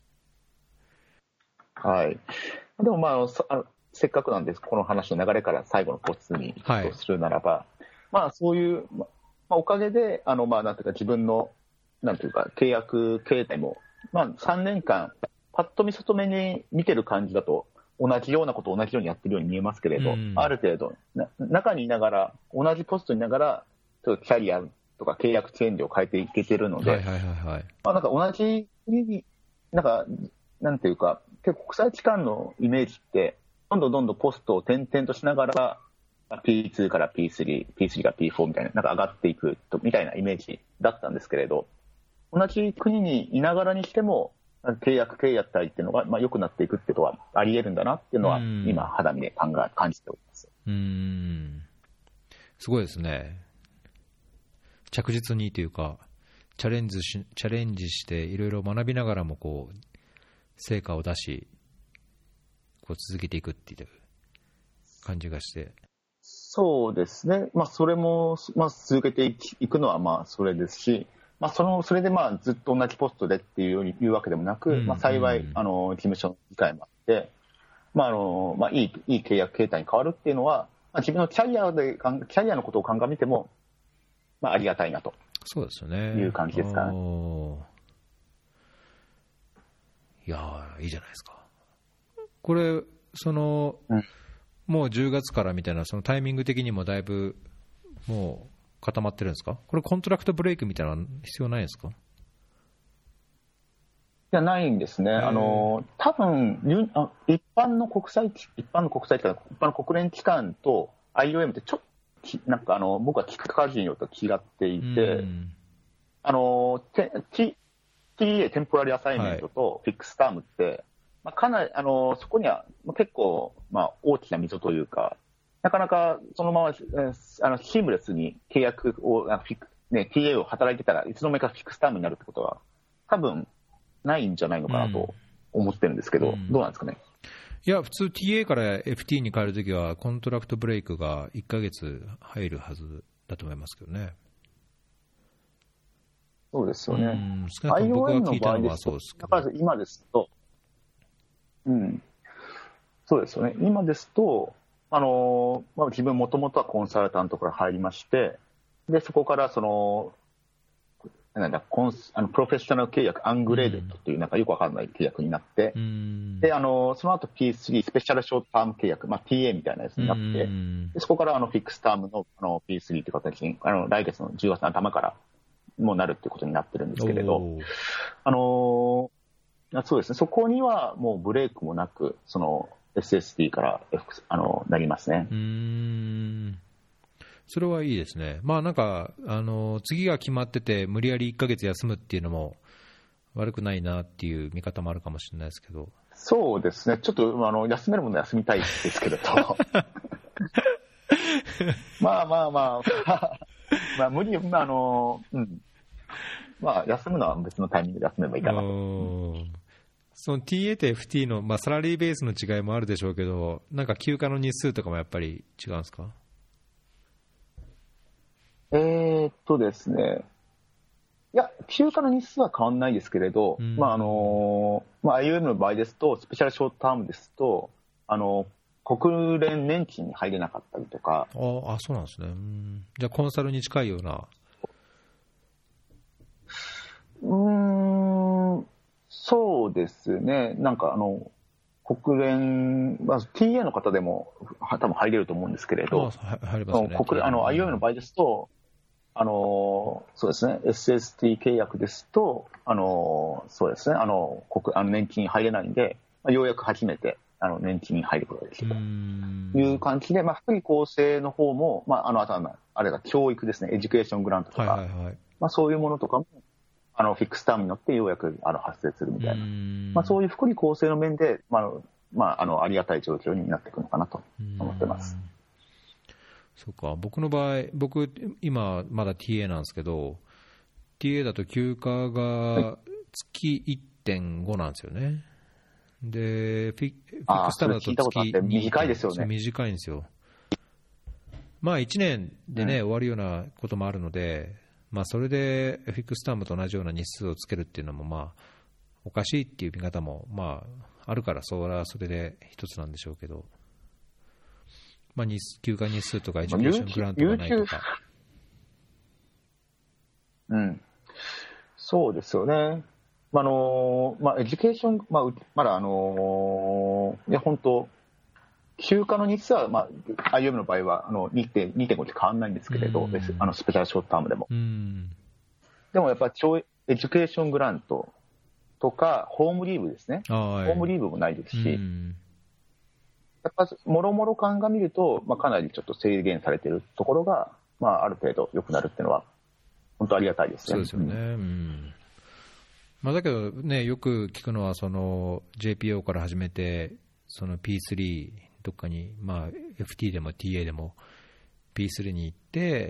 Speaker 2: はい。でもまあ、せっかくなんです、この話の流れから最後のコツにするならば、まあそういう、まあ、おかげで、まあなんていうか自分の、なんていうか契約形態も、まあ3年間、パッと見外目に見てる感じだと、同じようなことを同じようにやってるように見えますけれど、ある程度、中にいながら、同じポストにいながら、ちょっとキャリアとか契約チェンジを変えていけてるので、まあなんか同じ国に、なんていうか、結構国際機関のイメージって、どんどんポストを転々としながら、P2 から P3、P3 から P4 みたいな、なんか上がっていくみたいなイメージだったんですけれど、同じ国にいながらにしても、契約契約体っていうのが、まあ、良くなっていくっていうのはあり得るんだなっていうのは、今、肌身で感じております。
Speaker 1: すごいですね。着実にというか、チャレンジして、いろいろ学びながらも、こう、成果を出し、こう続けていくっていう感じがして。
Speaker 2: そうですね。まあ、それも、まあ、続けていくのは、まあ、それですし、まあ、それでまあずっと同じポストでっていうわけでもなく、まあ、幸い、事務所の理解もあって、まあまあ、いい契約形態に変わるっていうのは、まあ、自分のキャリアのことを鑑みても、まあ、ありがたいなと。
Speaker 1: そうですよね。
Speaker 2: いう感じですかね。
Speaker 1: いやー、いいじゃないですか。これ、もう10月からみたいな、そのタイミング的にもだいぶ、もう固まってるんですか？これ、コントラクトブレイクみたいなの必要ないんですか？い
Speaker 2: や、ないんですね。多分一般の国連機関と IOM ってちょっと、なんか僕は聞く限りによって違っていて、TA、テンポラリーアサイメントとフィックスタームって、まあ、かなり、そこには結構、まあ、大きな溝というか、なかなかそのまま、シームレスに契約を、TA を働いてたらいつの間にかフィックスタームになるってことは、多分ないんじゃないのかなと思ってるんですけど、どうなんですかね。
Speaker 1: いや、普通 TA から FT に変えるときは、コントラクトブレイクが1ヶ月入るはずだと思いますけどね。
Speaker 2: そうですよね。
Speaker 1: IOM の場合ですと、
Speaker 2: 今ですと、そうですよね。今ですと、まあ、自分もともとはコンサルタントから入りまして、で、そこからプロフェッショナル契約、アングレーデッドというなんかよくわかんない契約になって、で、その後 P3、スペシャルショートターム契約、まあ、TA みたいなやつになって、でそこからフィックスタームのP3 という形に、来月の10月の頭からもうなるっていうことになってるんですけれど、そうですね、そこにはもうブレイクもなく、SSD から、なりますね。
Speaker 1: それはいいですね。まあなんか、次が決まってて、無理やり1ヶ月休むっていうのも悪くないなっていう見方もあるかもしれないですけど。
Speaker 2: そうですね、ちょっと休めるものは休みたいですけれど。まあ、無理、まあ、休むのは別のタイミングで休めばいいかなと。
Speaker 1: その TA と FT の、まあ、サラリーベースの違いもあるでしょうけど、なんか休暇の日数とかもやっぱり違うんですか？
Speaker 2: ですね、いや、休暇の日数は変わらないですけれど、まあIOM の場合ですと、スペシャルショートタームですと、国連年金に入れなかったりとか。
Speaker 1: そうなんですね。じゃあコンサルに近いような。
Speaker 2: そうですね、なんか国連、まあ、TA の方でも多分入れると思うんですけれど、
Speaker 1: 入りますね、
Speaker 2: IOM の場合ですと、そうですね、SST 契約ですと、そうですね、年金に入れないんで、 ようやく初めて年金に入ることができるという感じで、福利厚生の方も、あとはあれが教育ですね、エデュケーショングラントとか、
Speaker 1: はいはいはい、
Speaker 2: そういうものとかもフィックスタームによってようやく発生するみたいな、そういう福利厚生の面で、ありがたい状況になっていくのかなと思ってます。
Speaker 1: そうか、僕の場合、今まだ TA なんですけど、TA だと休暇が月 1.5 なんですよね。でフィックスタームだと月2.0、
Speaker 2: 短いですよね。
Speaker 1: 短いんですよ。1年でね、終わるようなこともあるので、それでフィックスタームと同じような日数をつけるっていうのもおかしいっていう見方もあるから、それはそれで一つなんでしょうけど、休暇日数とかエデュケーショングラントがないとか、
Speaker 2: そうですよね。エデュケーション、まだいや本当休暇の日数は、IOM の場合は2.5 って変わらないんですけれど、スペシャルショートタームでも。でもやっぱりエデュケーショングラントとか、ホームリーブですね。ホームリーブもないですし、やっぱもろもろ鑑みると、かなりちょっと制限されているところが、ある程度良くなるっていうのは、本当ありがたいですね。
Speaker 1: そうですよね。だけどね、よく聞くのは、JPO から始めて、P3、どっかに、FT でも TA でも P3 に行って、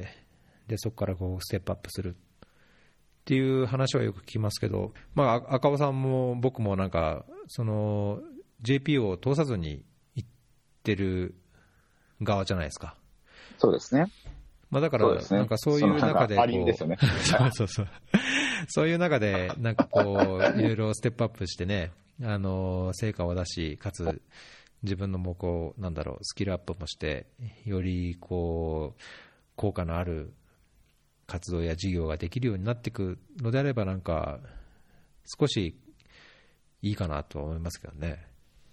Speaker 1: でそこからステップアップするっていう話はよく聞きますけど、赤尾さんも僕もなんか、JPO を通さずに行ってる側じゃないですか。
Speaker 2: そうですね。
Speaker 1: だから、なんかそういう中でそういう中で、なんかいろいろステップアップしてね、成果を出し、かつ自分のもスキルアップもして、より効果のある活動や事業ができるようになっていくのであれば、なんか少しいいかなと思いますけどね。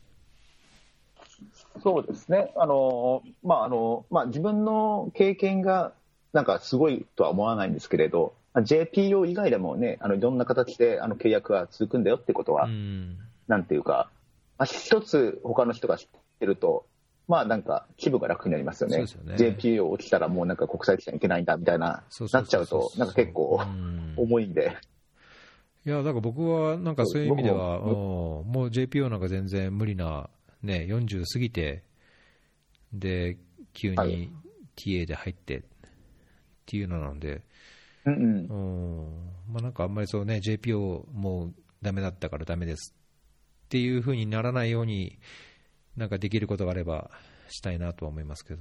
Speaker 2: そうですね。自分の経験がなんかすごいとは思わないんですけれど、JPO 以外でもね、いろんな形で契約は続くんだよってことは、なんていうか、一つ他の人が知ってると、なんか気分が楽になりますよね。JPO 落ちたらもうなんか国際機関行けないんだみたいな、なっちゃうと、なんか結構重いんで。
Speaker 1: いや、だから僕はなんかそういう意味では、もう JPO なんか全然無理な、40過ぎて、で、急に TA で入ってっていうのなんで、なんかあんまりJPO もうダメだったからダメですっていう風にならないように、なんかできることがあればしたいなとは思いますけど。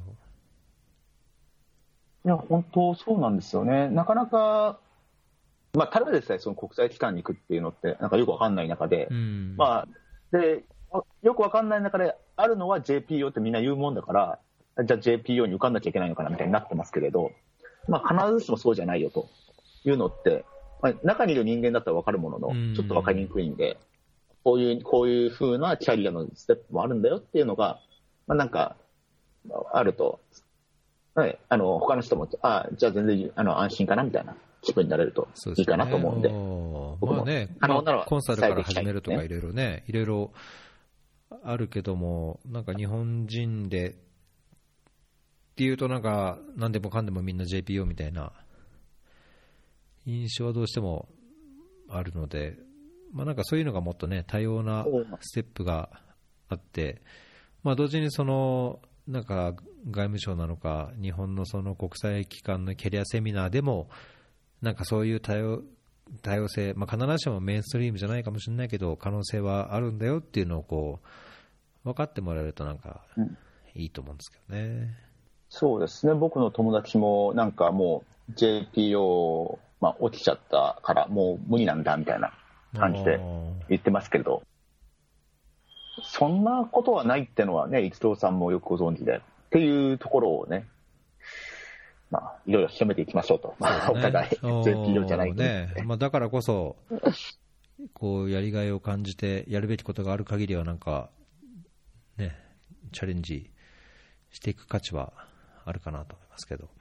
Speaker 2: いや、本当そうなんですよね。なかなか、ただでさえ国際機関に行くっていうのって、なんかよくわかんない中で、で、よくわかんない中であるのは JPO ってみんな言うもんだから、じゃあ JPO に受かんなきゃいけないのかなみたいになってますけれど、必ずしもそうじゃないよというのって、中にいる人間だったらわかるものの、ちょっとわかりにくいんで、こういう風なキャリアのステップもあるんだよっていうのが、なんか、あると、他の人も、じゃあ全然安心かなみたいな気分になれるといいかなと思うんで。
Speaker 1: コンサルから始めるとかいろいろね、いろいろあるけども、なんか日本人でっていうと、なんか何でもかんでもみんな JPO みたいな印象はどうしてもあるので、なんかそういうのがもっとね、多様なステップがあって、同時になんか外務省なのか、日本の国際機関のキャリアセミナーでも、なんかそういう多様性、必ずしもメインストリームじゃないかもしれないけど、可能性はあるんだよっていうのを分かってもらえると、なんかいいと思うんですけどね。
Speaker 2: そうですね。僕の友達もなんかもう JPO、落ちちゃったからもう無理なんだみたいな感じで言ってますけれど、そんなことはないってのはね、一郎さんもよくご存知でっていうところをね、いろいろ広めていきましょうと、お互い JPO じゃない
Speaker 1: ね、だからこそやりがいを感じてやるべきことがある限りは、なんかね、チャレンジしていく価値はあるかなと思いますけど。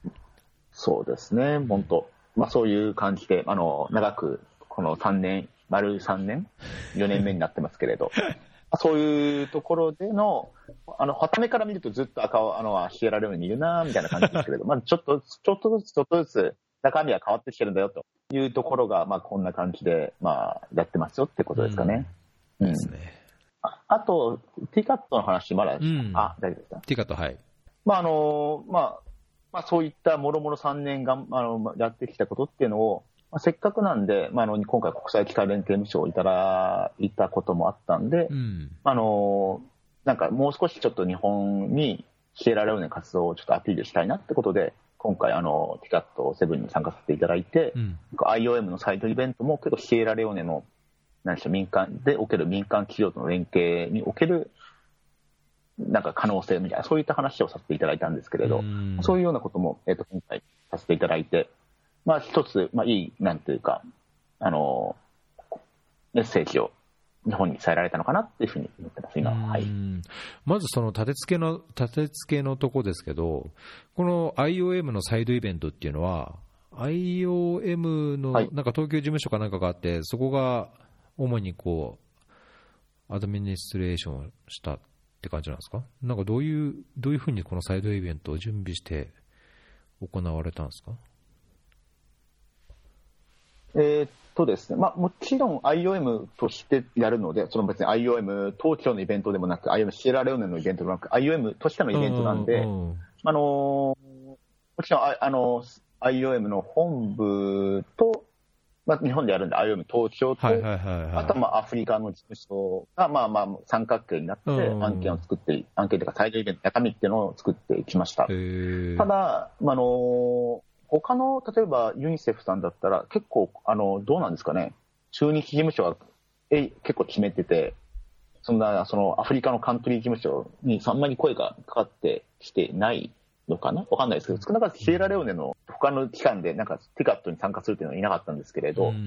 Speaker 1: そう
Speaker 2: ですね、本当、そういう感じで長くこの3年、 丸3年、4年目になってますけれど、そういうところでの、傍目から見るとずっとシエラレオネにいるなみたいな感じですけれど、まあちょっとずつ中身は変わってきてるんだよというところが、まあこんな感じで、まあやってますよってことですかね。ですね。あと、ティカットの話、まだですか、大丈夫ですか。
Speaker 1: ティカット、はい。
Speaker 2: まあ、そういったもろもろ3年やってきたことっていうのを、せっかくなんで、今回国際機械連携無償をいただいたこともあったんで、なんかもう少しちょっと日本にシエラレオネ活動をちょっとアピールしたいなってことで、今回ティカット7に参加させていただいて、IOM のサイトイベントも結構シエラレオネの民間でおける民間企業との連携におけるなんか可能性みたいな、そういった話をさせていただいたんですけれど、そういうようなことも、今回させていただいて、まあ一つ、まあいい、なんていうか、メッセージを日本に伝えられたのかなっていうふうに思ってます、今は。はい。
Speaker 1: まずその立て付けのとこですけど、この IOM のサイドイベントっていうのは、IOM のなんか東京事務所かなんかがあって、そこが主にこうアドミニストレーションをしたって感じなんですか。なんかどういうふうにこのサイドイベントを準備して行われたんですか。
Speaker 2: ですね、まあ、もちろん IOM としてやるので、その別に IOM 東京のイベントでもなく、IOM シエラレオネのイベントでもなく、IOM としてのイベントなんで、もちろんIOM の本部と、まあ、日本でやるんで IOM 東京と、あとはまあアフリカの事務所がまあ三角形になって案件を作って、案件というかサイドイベント中身っていうのを作ってきました。ただ、他の例えばユニセフさんだったら結構どうなんですかね、駐日事務所は結構決めてて、そのアフリカのカントリー事務所にあんまり声がかかってきてないのかな、わかんないですけど、少なからずシエラレオネの他の機関でなんかティカットに参加するっていうのはいなかったんですけれど、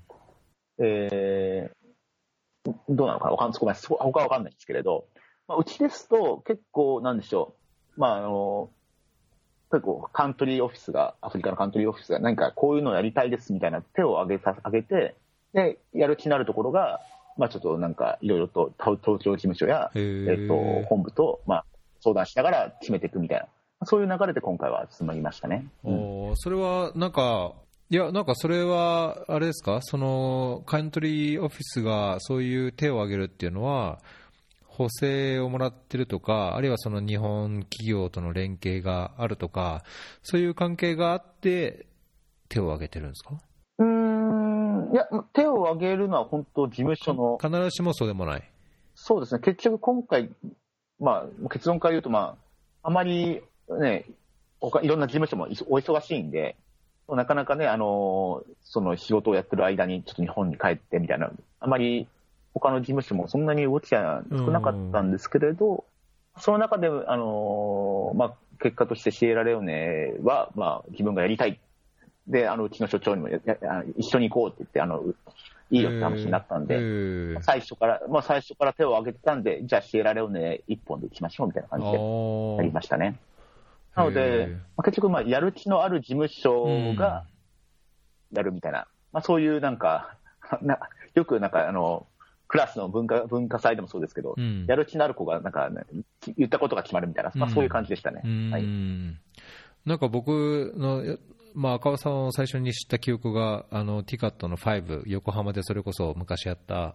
Speaker 2: どうなのか他はわかんないですけれど、うちですと結構なんでしょう、結構カントリーオフィスが、アフリカのカントリーオフィスが何かこういうのをやりたいですみたいな手を挙げて、で、やる気になるところが、まあちょっとなんかいろいろと東京事務所や、本部と、まあ相談しながら決めていくみたいな、そういう流れで今回は進みましたね。
Speaker 1: それはなんか、いや、なんかそれはあれですか、そのカントリーオフィスがそういう手を挙げるっていうのは、補正をもらってるとか、あるいはその日本企業との連携があるとか、そういう関係があって手を挙げてるんですか。
Speaker 2: いや、手を挙げるのは本当事務所の、
Speaker 1: 必ずしもそうでもない。
Speaker 2: そうですね、結局今回、まあ、結論から言うと、まあ、あまりね、いろんな事務所もお忙しいんで、なかなかね、その仕事をやってる間にちょっと日本に帰ってみたいな、あまり他の事務所もそんなに動きが少なかったんですけれど、その中で、まあ、結果としてシエラレオネは、まあ、自分がやりたい。で、うちの所長にも一緒に行こうって言って、いいよって話になったんで、最初から手を挙げてたんで、じゃあシエラレオネ一本で行きましょうみたいな感じでやりましたね。なので、結局、まあ、やる気のある事務所がやるみたいな、まあ、そういうなんか、よくなんか、クラスの文化祭でもそうですけど、やる気のある子がなんか、言ったことが決まるみたいな、まあ、そういう感じでしたね。はい、
Speaker 1: なんか僕の、まあ、赤尾さんを最初に知った記憶が、ティカットの5、横浜でそれこそ昔やった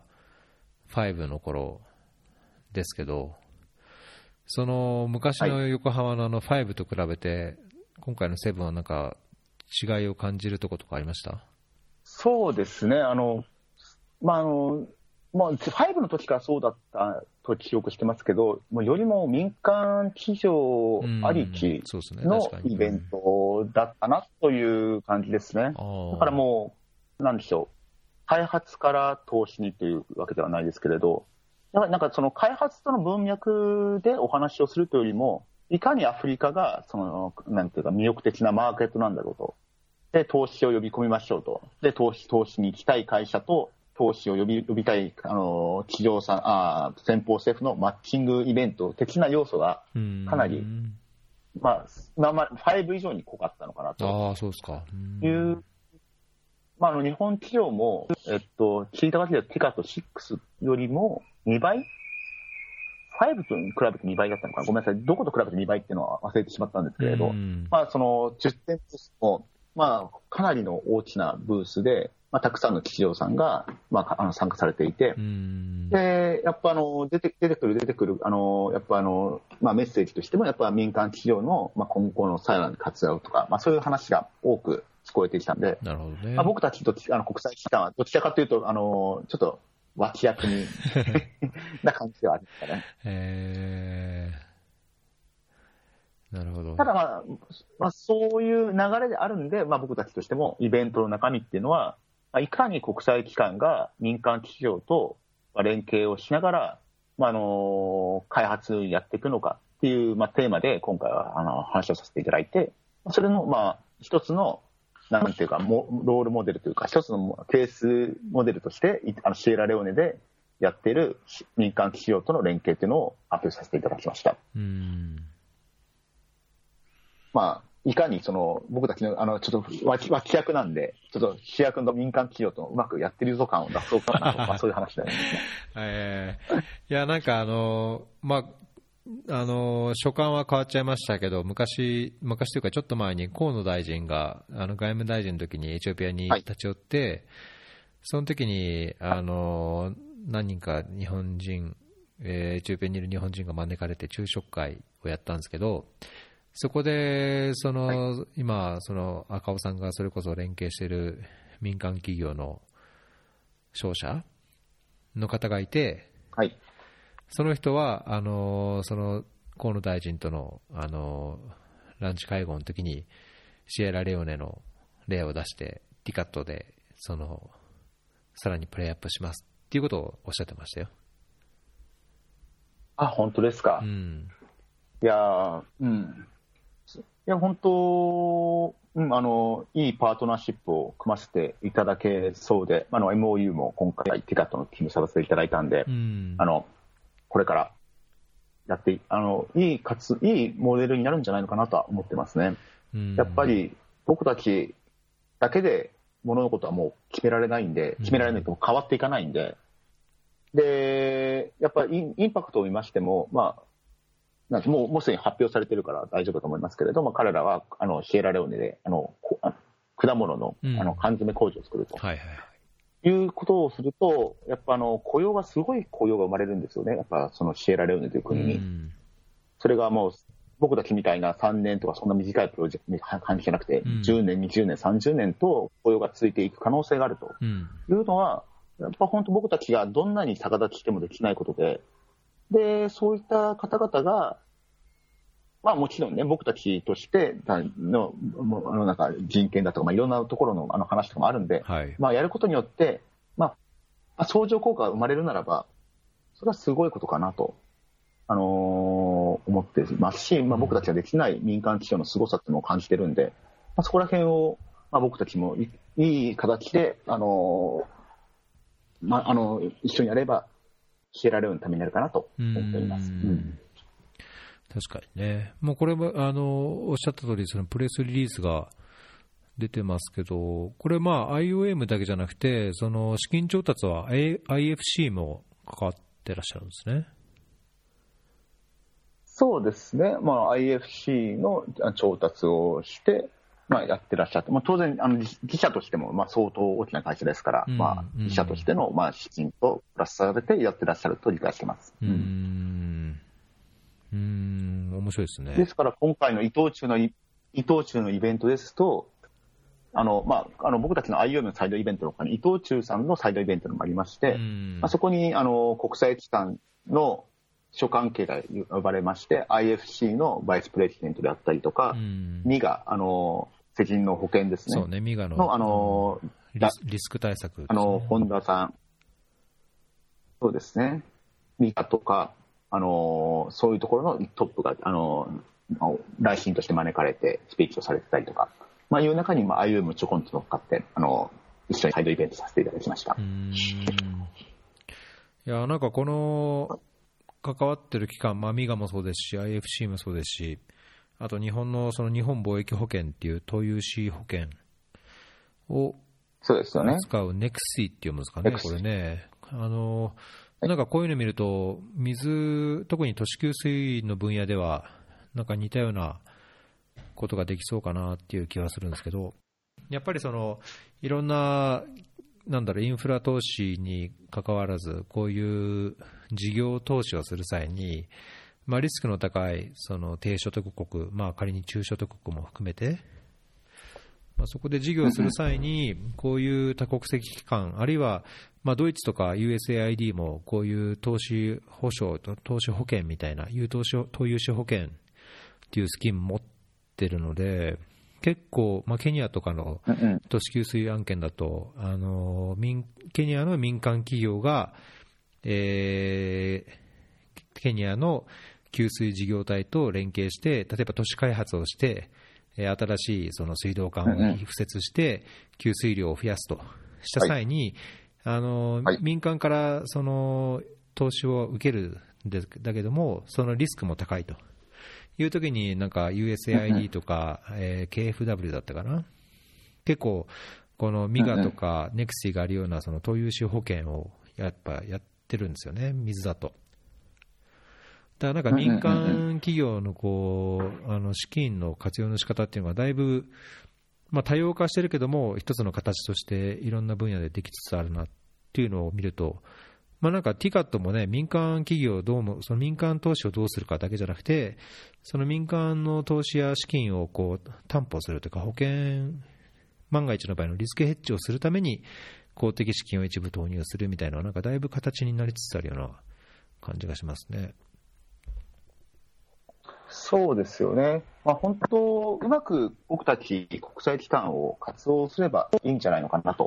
Speaker 1: 5の頃ですけど、その昔の横浜の5と比べて、今回の7はなんか違いを感じるところとかありました？
Speaker 2: そうですね、まあ5の時からそうだったと記憶してますけど、もうよりも民間企業ありきのイベントだったなという感じですね。だからもう、なんでしょう、開発から投資にというわけではないですけれど、なんかその開発との文脈でお話をするというよりも、いかにアフリカがそのなんていうか魅力的なマーケットなんだろうと。で、投資を呼び込みましょうと。で、投資に行きたい会社と、投資を呼びたい企業さん、先方政府のマッチングイベント的な要素がかなり、まあ、5以上に濃かったのかなと。
Speaker 1: そうですか。
Speaker 2: いう日本企業も、聞いた限りでティカと6よりも2倍5と比べて2倍だったのかな、ごめんなさい、どこと比べて2倍っていうのは忘れてしまったんですけれど、その10店舗も、かなりの大きなブースで、たくさんの企業さんが、参加されていて、でやっぱ出てくる、やっぱメッセージとしても、やっぱ民間企業の、今後のさらなる活用とか、そういう話が多く聞こえてきたんで、
Speaker 1: なるほどね。
Speaker 2: 僕たちと国際機関はどちらかというと、ちょっと脇役にな感じではありますかね。
Speaker 1: なるほど。
Speaker 2: ただ、そういう流れであるんで、僕たちとしてもイベントの中身っていうのは、いかに国際機関が民間企業と連携をしながら、開発やっていくのかっていう、テーマで今回は話をさせていただいて、それの一つのなんていうかロールモデルというか、一つのケースモデルとしてシエラレオネでやっている民間企業との連携というのを発表させていただきました。いかに僕たちのちょっと脇役なんで、ちょっと主役の民間企業とうまくやってるぞ感を出そうかなと、そういう話だよね。
Speaker 1: いや、なんか所感は変わっちゃいましたけど、昔というかちょっと前に河野大臣が外務大臣の時にエチオピアに立ち寄って、その時に何人か日本人、エチオピアにいる日本人が招かれて昼食会をやったんですけど、そこで今赤尾さんがそれこそ連携している民間企業の商社の方がいて、その人はその河野大臣とのランチ会合の時にシエラレオネの例を出してティカットでさらにプレイアップしますっていうことをおっしゃってましたよ。
Speaker 2: 本当ですか。いや本当、いいパートナーシップを組ませていただけそうで、MOU も今回ティカットのチームさせていただいたんで、これからやっていいモデルになるんじゃないのかなとは思ってますね。やっぱり僕たちだけで物のことはもう決められないと変わっていかないんで、やっぱりインパクトを見ましても、もうすでに発表されているから大丈夫だと思いますけれども、彼らはシエラレオネで果物の缶詰工場を作ると。いうことをすると、やっぱすごい雇用が生まれるんですよね、やっぱそのシエラレオネという国に。それがもう僕たちみたいな3年とかそんな短いプロジェクトに関係なくて、10年、20年、30年と雇用が続いていく可能性があるというのは、やっぱ本当僕たちがどんなに逆立ちしてもできないことで、そういった方々が、もちろんね、僕たちとしてのなんか人権だとか、いろんなところの話とかもあるんで、やることによって、相乗効果が生まれるならば、それはすごいことかなと、思っていますし、僕たちができない民間企業の凄さっていうのを感じてるんで、そこら辺を、僕たちもいい形で、一緒にやれば、シエラレオネのためになるかなと思っています。
Speaker 1: 確かにね。もうこれもおっしゃった通り、そのプレスリリースが出てますけど、これIOM だけじゃなくて、その資金調達は IFC も関わってらっしゃるんですね。
Speaker 2: そうですね。IFC の調達をして、やってらっしゃって、当然自社としても相当大きな会社ですから、自社としての資金とプラスされてやってらっしゃると理解してます。
Speaker 1: 面白いですね。
Speaker 2: ですから今回の伊藤忠のイベントですと、僕たちの IOM のサイドイベントの他に伊藤忠さんのサイドイベントもありまして、そこに国際機関の諸関係が呼ばれまして、 IFC のバイスプレジデントであったりとか、ミガ世人の保険ですね。
Speaker 1: そうね、ミガのリスク対策ですね。
Speaker 2: 本田さん、そうですね、ミガとかそういうところのトップが来賓として招かれてスピーチをされてたりとか、いう中にIOM もちょこんと乗っかって一緒にサイドイベントさせていただきました。
Speaker 1: いや、なんかこの関わってる機関、ミガもそうですし IFC もそうですし、あと日本のその日本貿易保険っていう投融資保険を
Speaker 2: そうですよね。
Speaker 1: 使うネクシーっていうんですかね、これね。なんかこういうの見ると、特に都市給水の分野では、なんか似たようなことができそうかなっていう気はするんですけど、やっぱりいろんな、インフラ投資に関わらず、こういう事業投資をする際に、リスクの高い低所得国、仮に中所得国も含めて、そこで事業をする際に、こういう多国籍機関、あるいはドイツとか USAID もこういう投資保証と投資保険みたいな、投融資保険っていうスキーム持ってるので、結構、ケニアとかの都市給水案件だと、ケニアの民間企業が、ケニアの給水事業体と連携して、例えば都市開発をして、新しい水道管を敷設して給水量を増やすとした際に、民間から投資を受けるんだけども、そのリスクも高いというときに、なんか USAID とか、KFW だったかな、結構このミガとかネクシーがあるような投融資保険をやってるんですよね、水だと。だからなんか民間企業の資金の活用の仕方っていうのがだいぶ多様化してるけども、一つの形としていろんな分野でできつつあるなっていうのを見ると、なんか TICAD もね、民間企業をその民間投資をどうするかだけじゃなくて、その民間の投資や資金を担保するというか、保険、万が一の場合のリスクヘッジをするために公的資金を一部投入するみたいな、なんかだいぶ形になりつつあるような感じがしますね。
Speaker 2: そうですよね。本当、うまく僕たち国際機関を活用すればいいんじゃないのかなと。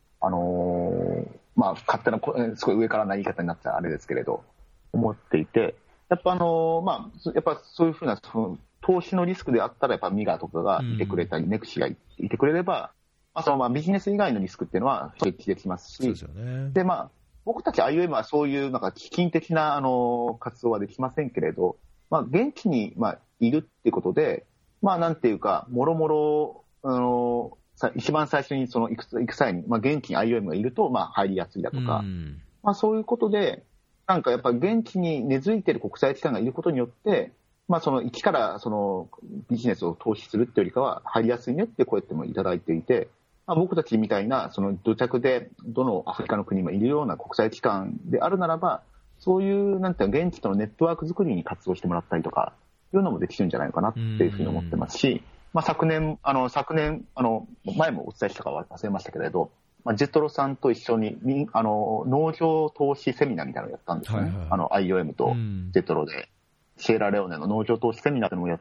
Speaker 2: 勝手な、すごい上からな言い方になっちゃあれですけれど、思っていて、やっぱそういうふうな投資のリスクであったら、やっぱミガとかがいてくれたり、ネクシがいてくれれば、ビジネス以外のリスクっていうのは取引できますし、
Speaker 1: そうですよね。
Speaker 2: で、僕たち IOM はそういうなんか基金的な活動はできませんけれど、現地にいるってことで、なんていうか、もろもろ、一番最初に行く際に、現地に IOM がいると入りやすいだとか、そういうことで、なんかやっぱ現地に根付いている国際機関がいることによって、一からビジネスを投資するっていうよりかは入りやすいねって声もいただいていて、僕たちみたいな土着でどのアフリカの国もいるような国際機関であるならば、そういうなんて現地とのネットワーク作りに活動してもらったりとかいうのもできるんじゃないのかなっていうふうに思ってますし、昨年前もお伝えしたか忘れましたけれど、ジェトロさんと一緒に農場投資セミナーみたいなのをやったんですよね。IOM とジェトロでシエラレオネの農場投資セミナーというのをやって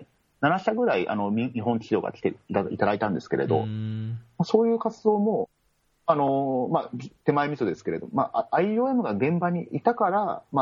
Speaker 2: 、7社ぐらい日本企業が来ていただいたんですけれど、そういう活動も手前味噌ですけれど、IOM が現場にいたから、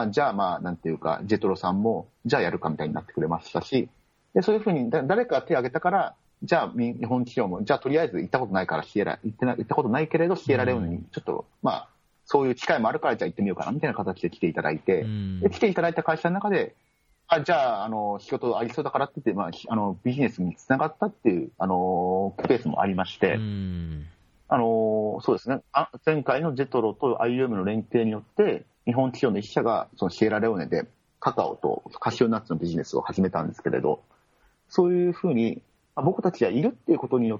Speaker 2: じゃあなんていうか、ジェトロさんもじゃあやるかみたいになってくれましたし、でそういうふうに誰かが手を挙げたから、じゃあ日本企業もじゃあとりあえず行ったことないから行ったことないけれどシエラレオネにちょっとそういう機会もあるからじゃあ行ってみようかなみたいな形で来ていただいて、で来ていただいた会社の中でじゃあ仕事ありそうだからって言って、ビジネスにつながったっていうケースもありまして。そうですね。前回のジェトロと IOM の連携によって、日本企業の一社がシエラレオネでカカオとカシオナッツのビジネスを始めたんですけれど、そういうふうに僕たちがいるっていうことによって、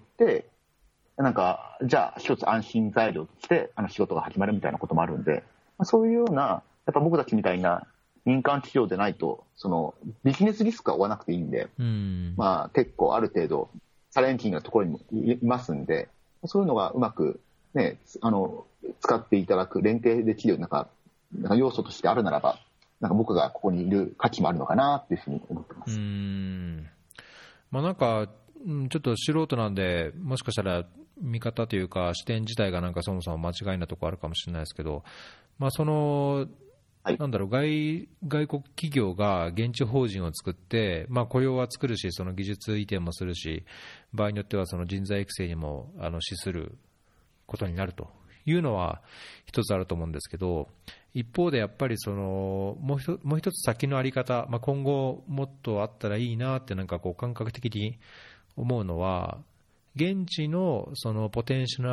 Speaker 2: なんか、じゃあ一つ安心材料として仕事が始まるみたいなこともあるんで、そういうような、やっぱ僕たちみたいな民間企業でないと、ビジネスリスクは負わなくていいんで、結構ある程度、チャレンジングなところにもいますんで、そういうのがうまく、ね、使っていただく、連携できるなんか要素としてあるならば、なんか僕がここにいる価値もあるのかなっていうふうに思ってます。
Speaker 1: なんかちょっと素人なんで、もしかしたら見方というか視点自体がなんかそもそも間違いなところあるかもしれないですけど、なんだろう、外国企業が現地法人を作って、雇用は作るし、その技術移転もするし、場合によってはその人材育成にも資することになるというのは一つあると思うんですけど、一方でやっぱりもう一つ先のあり方、今後もっとあったらいいなってなんか感覚的に思うのは、現地のそのポテンシャル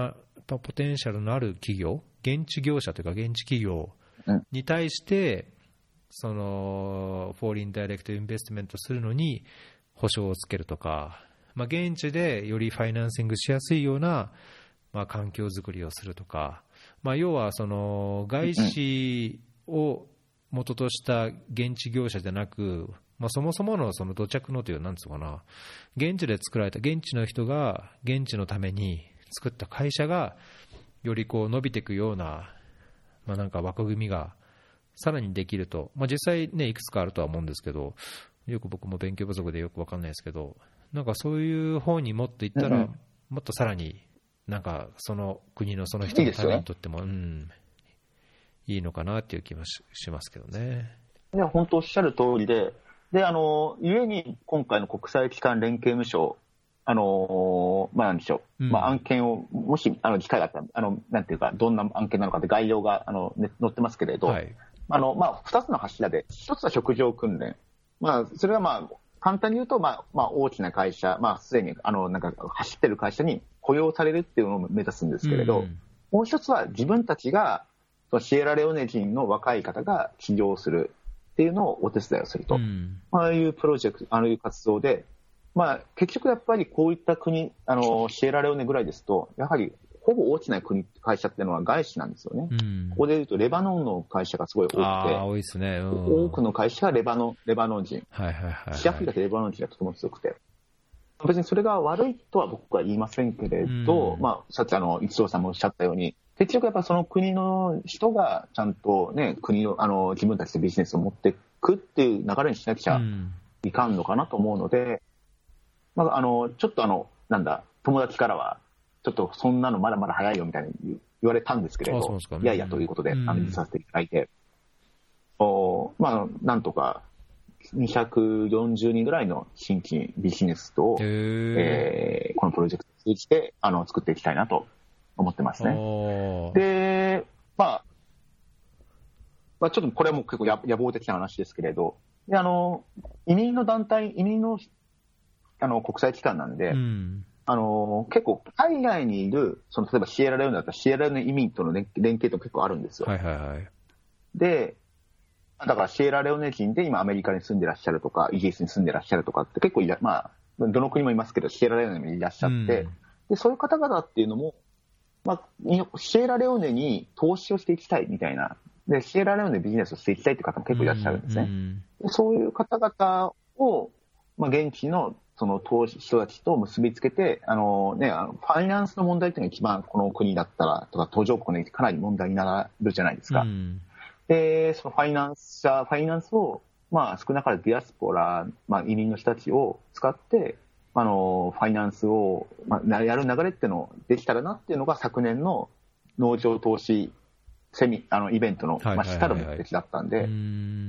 Speaker 1: ポテンシャルのある企業、現地業者というか現地企業に対してそのフォーリンダイレクトインベストメントするのに保証をつけるとか、現地でよりファイナンシングしやすいような環境づくりをするとか、要はその外資を元とした現地業者じゃなく、そもそものその土着のという、なんつうかな、現地で作られた、現地の人が現地のために作った会社がよりこう伸びていくような、なんか枠組みがさらにできると、実際ね、いくつかあるとは思うんですけど、よく僕も勉強不足でよく分かんないですけど、なんかそういう方にもっといったら、もっとさらになんかその国のその人のためにとってもいいのかなっていう気も しますけどね。
Speaker 2: いや、本当おっしゃる通りで、ゆえに今回の国際機関連携務省、なんでしょう、案件を、もし機会があったら、なんていうか、どんな案件なのかって概要が載ってますけれど、2つの柱で、1つは職業訓練、それは簡単に言うと、大きな会社、すでになんか走ってる会社に雇用されるっていうのを目指すんですけれど、もう1つは自分たちが、シエラレオネ人の若い方が起業するっていうのをお手伝いをすると、ああいうプロジェクト、ああいう活動で、結局やっぱりこういった国、シエラレオネぐらいですと、やはりほぼ大きな国、会社っていうのは外資なんですよね。ここでいうとレバノンの会社がすごい多くて、
Speaker 1: 多いですね、
Speaker 2: 多くの会社がレバノン人、西アフリカでレバノン人がとても強くて、別にそれが悪いとは僕は言いませんけれど、さっき一郎さんもおっしゃったように、結局やっぱその国の人がちゃんとね、国の自分たちでビジネスを持っていくっていう流れにしなきゃいかんのかなと思うので、ちょっと友達からはちょっとそんなのまだまだ早いよみたいに言われたんですけれど、いやいやということで見させていただいて、なんとか240人ぐらいの新規ビジネスと、このプロジェクトを通じて作っていきたいなと思ってますね。で、ちょっとこれはもう結構野望的な話ですけれど、で移民の団体、移民の国際機関なんで、結構海外にいる例えばシエラレオネだったらシエラレオネ移民との連携と結構あるんですよ。で、だからシエラレオネ人で今アメリカに住んでらっしゃるとかイギリスに住んでらっしゃるとかって結構どの国もいますけどシエラレオネにもいらっしゃって、でそういう方々っていうのも、シエラレオネに投資をしていきたいみたいな、でシエラレオネビジネスをしていきたいという方も結構いらっしゃるんですね。でそういう方々を、現地のその投資人たちと結びつけて、ファイナンスの問題というのが一番この国だったらとか途上国にかなり問題になるじゃないですか。でそのファイナンスを、少なからずディアスポラ、移民の人たちを使ってファイナンスを、やる流れっていうのをできたらなっていうのが昨年の農場投資イベントの主たる目的だったんで、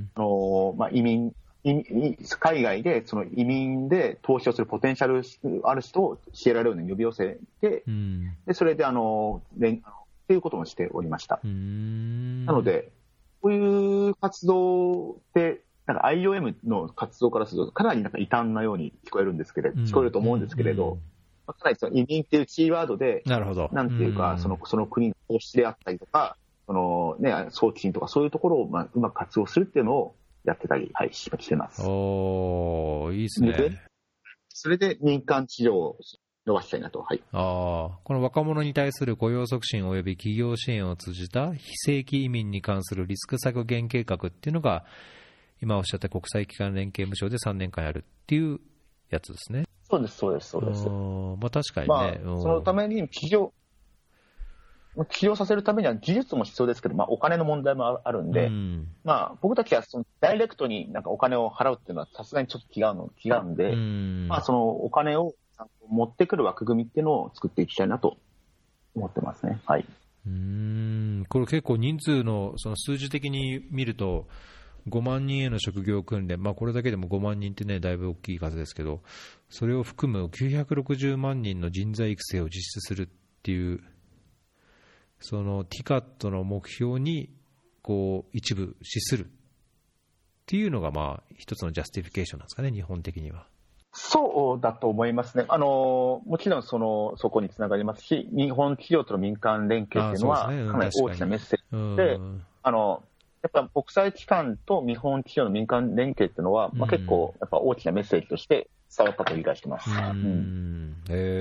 Speaker 2: 海外でその移民で投資をするポテンシャルある人をシエラレオネに呼び寄せて、でそれでっていうこともしておりました。なのでこういう活動ってなんか IOM の活動からするとかなりなんか異端なように聞こえるんですけれど、聞こえると思うんですけれど、かなりその移民っていうキーワードで、なんていうか、その国の投資であったりとか、送金とかそういうところをうまく活用するっていうのをやってたり、してます。
Speaker 1: いいですね。
Speaker 2: それで民間市場を伸ばしたいなと。
Speaker 1: この若者に対する雇用促進及び企業支援を通じた非正規移民に関するリスク削減計画っていうのが、今おっしゃった国際機関連携務省で3年間やるっていうやつですね。
Speaker 2: そうです。
Speaker 1: 確かにね。
Speaker 2: そのために起業させるためには技術も必要ですけど、お金の問題もあるんで、僕たちはそのダイレクトになんかお金を払うっていうのはさすがにちょっと違うんで、そのお金を持ってくる枠組みっていうのを作っていきたいなと思ってますね。
Speaker 1: これ結構人数のその数字的に見ると5万人への職業訓練、これだけでも5万人ってねだいぶ大きい数ですけど、それを含む960万人の人材育成を実施するっていうその TICAD の目標にこう一部資するっていうのが一つのジャスティフィケーションなんですかね、日本的には。
Speaker 2: そうだと思いますね。もちろんそこにつながりますし、日本企業との民間連携っていうのは、かなり大きなメッセージで、やっぱ国際機関と日本企業の民間連携っていうのは、結構やっぱ大きなメッセージとして伝わったと理解してます。
Speaker 1: 面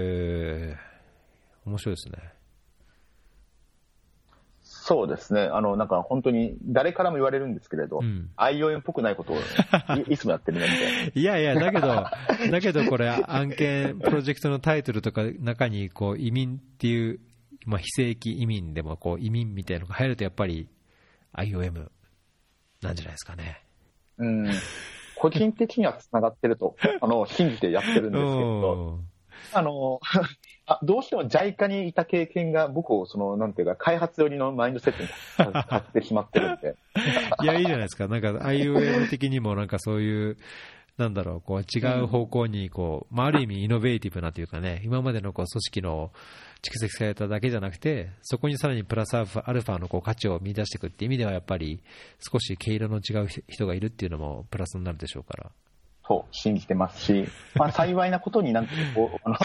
Speaker 1: 白いですね。
Speaker 2: そうですね。なんか本当に誰からも言われるんですけれど、IOM っぽくないことをいつもやってるねみたいな。
Speaker 1: いやいや、だけどこれ案件、プロジェクトのタイトルとか中にこう移民っていう、非正規移民でもこう移民みたいなのが入るとやっぱり IOM なんじゃないですかね。
Speaker 2: 個人的にはつながってると信じてやってるんですけど、どうしても JICA にいた経験が僕をなんていうか開発寄りのマインドセットにさせてしまってるんで。
Speaker 1: いや、いいじゃないですか。なんか IOM 的にもなんかそういうなんだろう、こう違う方向にこう、ある意味イノベーティブなというかね、今までのこう組織の蓄積されただけじゃなくて、そこにさらにプラスアルファのこう価値を見出していくっていう意味ではやっぱり少し毛色の違う人がいるっていうのもプラスになるでしょうから。
Speaker 2: そう信じてますし、幸いなことになんてこう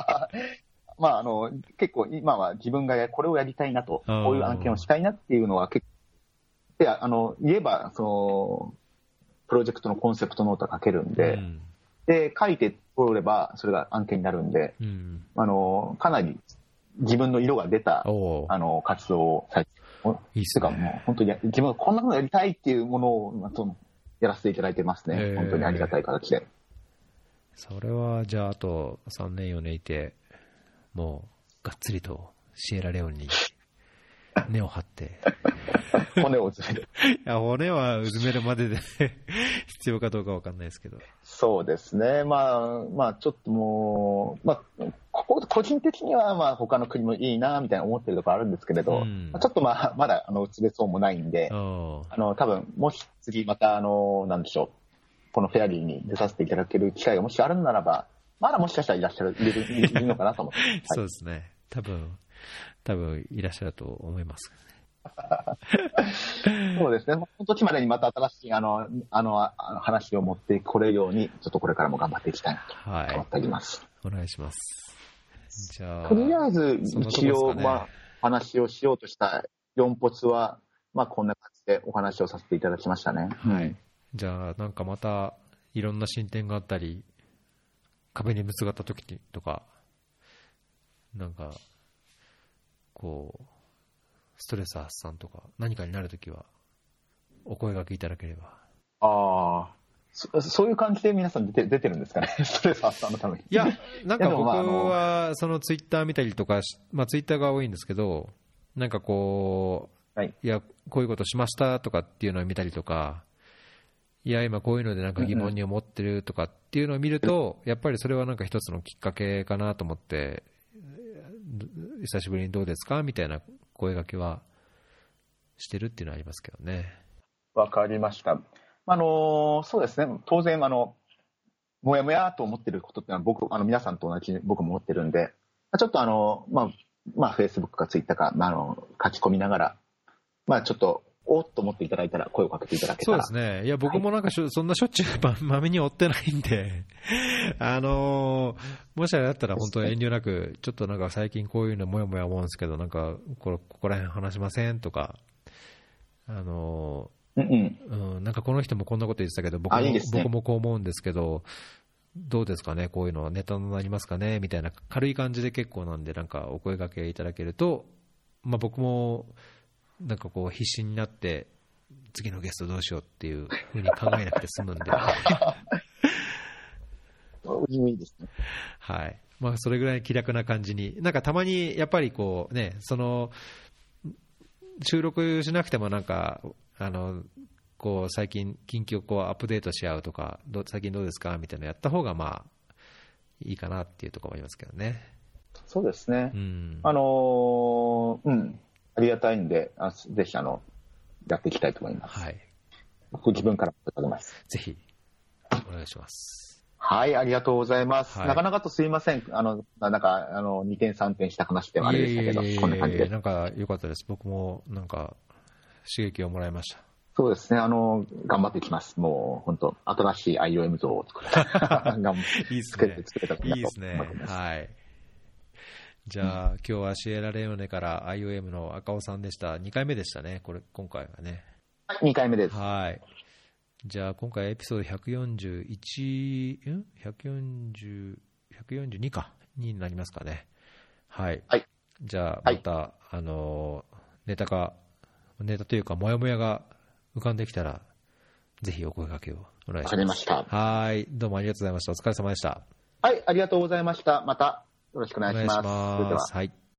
Speaker 2: 結構今は自分がこれをやりたいなと、こういう案件をしたいなっていうのは結構言えばプロジェクトのコンセプトノートが書けるんで、で書いて通ればそれが案件になるんで、かなり自分の色が出た活動をされて、いいっすね。もう本当に自分がこんなことやりたいっていうものをやらせていただいてますね。本当にありがたい形で。
Speaker 1: それはじゃああと3年4年いて、もうがっつりとシエラレオンに根を張って
Speaker 2: 骨をうずめる。
Speaker 1: いや、骨はうずめるまでで必要かどうかわかんないですけど。
Speaker 2: そうですね。ちょっともう、個人的には他の国もいいなみたいな思ってるところあるんですけれど、ちょっとまだうつれそうもないんで、多分もし次またなんでしょう、このフェアリーに出させていただける機会がもしあるならば、まだもしかしたらいらっしゃるいるのかなと思って、はい、
Speaker 1: そうですね。多分いらっしゃると思います。
Speaker 2: そうですね。この時までにまた新しい話を持ってこれるように、ちょっとこれからも頑張っていきたいなと思っております。
Speaker 1: お願いします。じゃあ
Speaker 2: とりあえず一応話をしようとした4発はこんな感じでお話をさせていただきましたね。
Speaker 1: はい。じゃあなんかまたいろんな進展があったり、壁にぶつかった時とか、なんかこうストレス発散とか何かになるときはお声掛けいただければ。
Speaker 2: そういう感じで皆さん出てるんですかね。ストレス発散のために。
Speaker 1: いや、なんか僕はそのツイッター見たりとか、ツイッターが多いんですけど、なんかこう、いやこういうことしましたとかっていうのを見たりとか、いや今こういうのでなんか疑問に思ってるとかっていうのを見ると、やっぱりそれはなんか一つのきっかけかなと思って、久しぶりにどうですかみたいな声掛けはしてるっていうのはありますけどね。
Speaker 2: わかりました。そうですね。当然もやもやと思ってることっていうのは皆さんと同じ僕も思ってるんで、ちょっとFacebook か Twitter か書き込みながらちょっとおっと思っていただいたら声をかけていただけたら。
Speaker 1: そうですね。いや僕もなんかそんなしょっちゅうまめに追ってないんでもしあれだったら本当に遠慮なく、ちょっとなんか最近こういうのもやもや思うんですけど、なんかここら辺話しませんとか、なんかこの人もこんなこと言ってたけど僕もこう思うんですけどどうですかね、こういうのはネタになりますかねみたいな軽い感じで結構なんで、なんかお声掛けいただけると、僕もなんかこう必死になって次のゲストどうしようっていうふうに考えなくて済むんで
Speaker 2: いいですね。
Speaker 1: はい。それぐらい気楽な感じに、なんかたまにやっぱりこうね、収録しなくてもなんかこう最近近況をこうアップデートし合うとか、最近どうですかみたいなのやった方がいいかなっていうところもありますけどね。
Speaker 2: そうですね。ありがたいんで、ぜひやっていきたいと思います。はい。自分から語ります。
Speaker 1: ぜひお願いします。
Speaker 2: はい、ありがとうございます。なかなかとすいません。なんか2点3点した話ではあれでしたけど、こんな感じで。
Speaker 1: なんか良かったです。僕もなんか刺激をもらいました。
Speaker 2: そうですね、頑張っていきます。もう本当、新しい IOM 像を作
Speaker 1: いいです
Speaker 2: 作れ
Speaker 1: ね。
Speaker 2: たらいいなと
Speaker 1: いいですね。
Speaker 2: 思ってます。
Speaker 1: はい。じゃあ、今日はシエラレオネから IOM の赤尾さんでした。2回目でしたね、今回はね。
Speaker 2: はい、2回目です。
Speaker 1: はい。じゃあ、今回エピソード142か、になりますかね。はい。
Speaker 2: はい。
Speaker 1: じゃあ、また、ネタというか、もやもやが浮かんできたら、ぜひお声掛けをお願いします。
Speaker 2: わかりました。
Speaker 1: はい。どうもありがとうございました。お疲れ様でした。
Speaker 2: はい、ありがとうございました。またよろしくお願いします。
Speaker 1: お願いします。はい。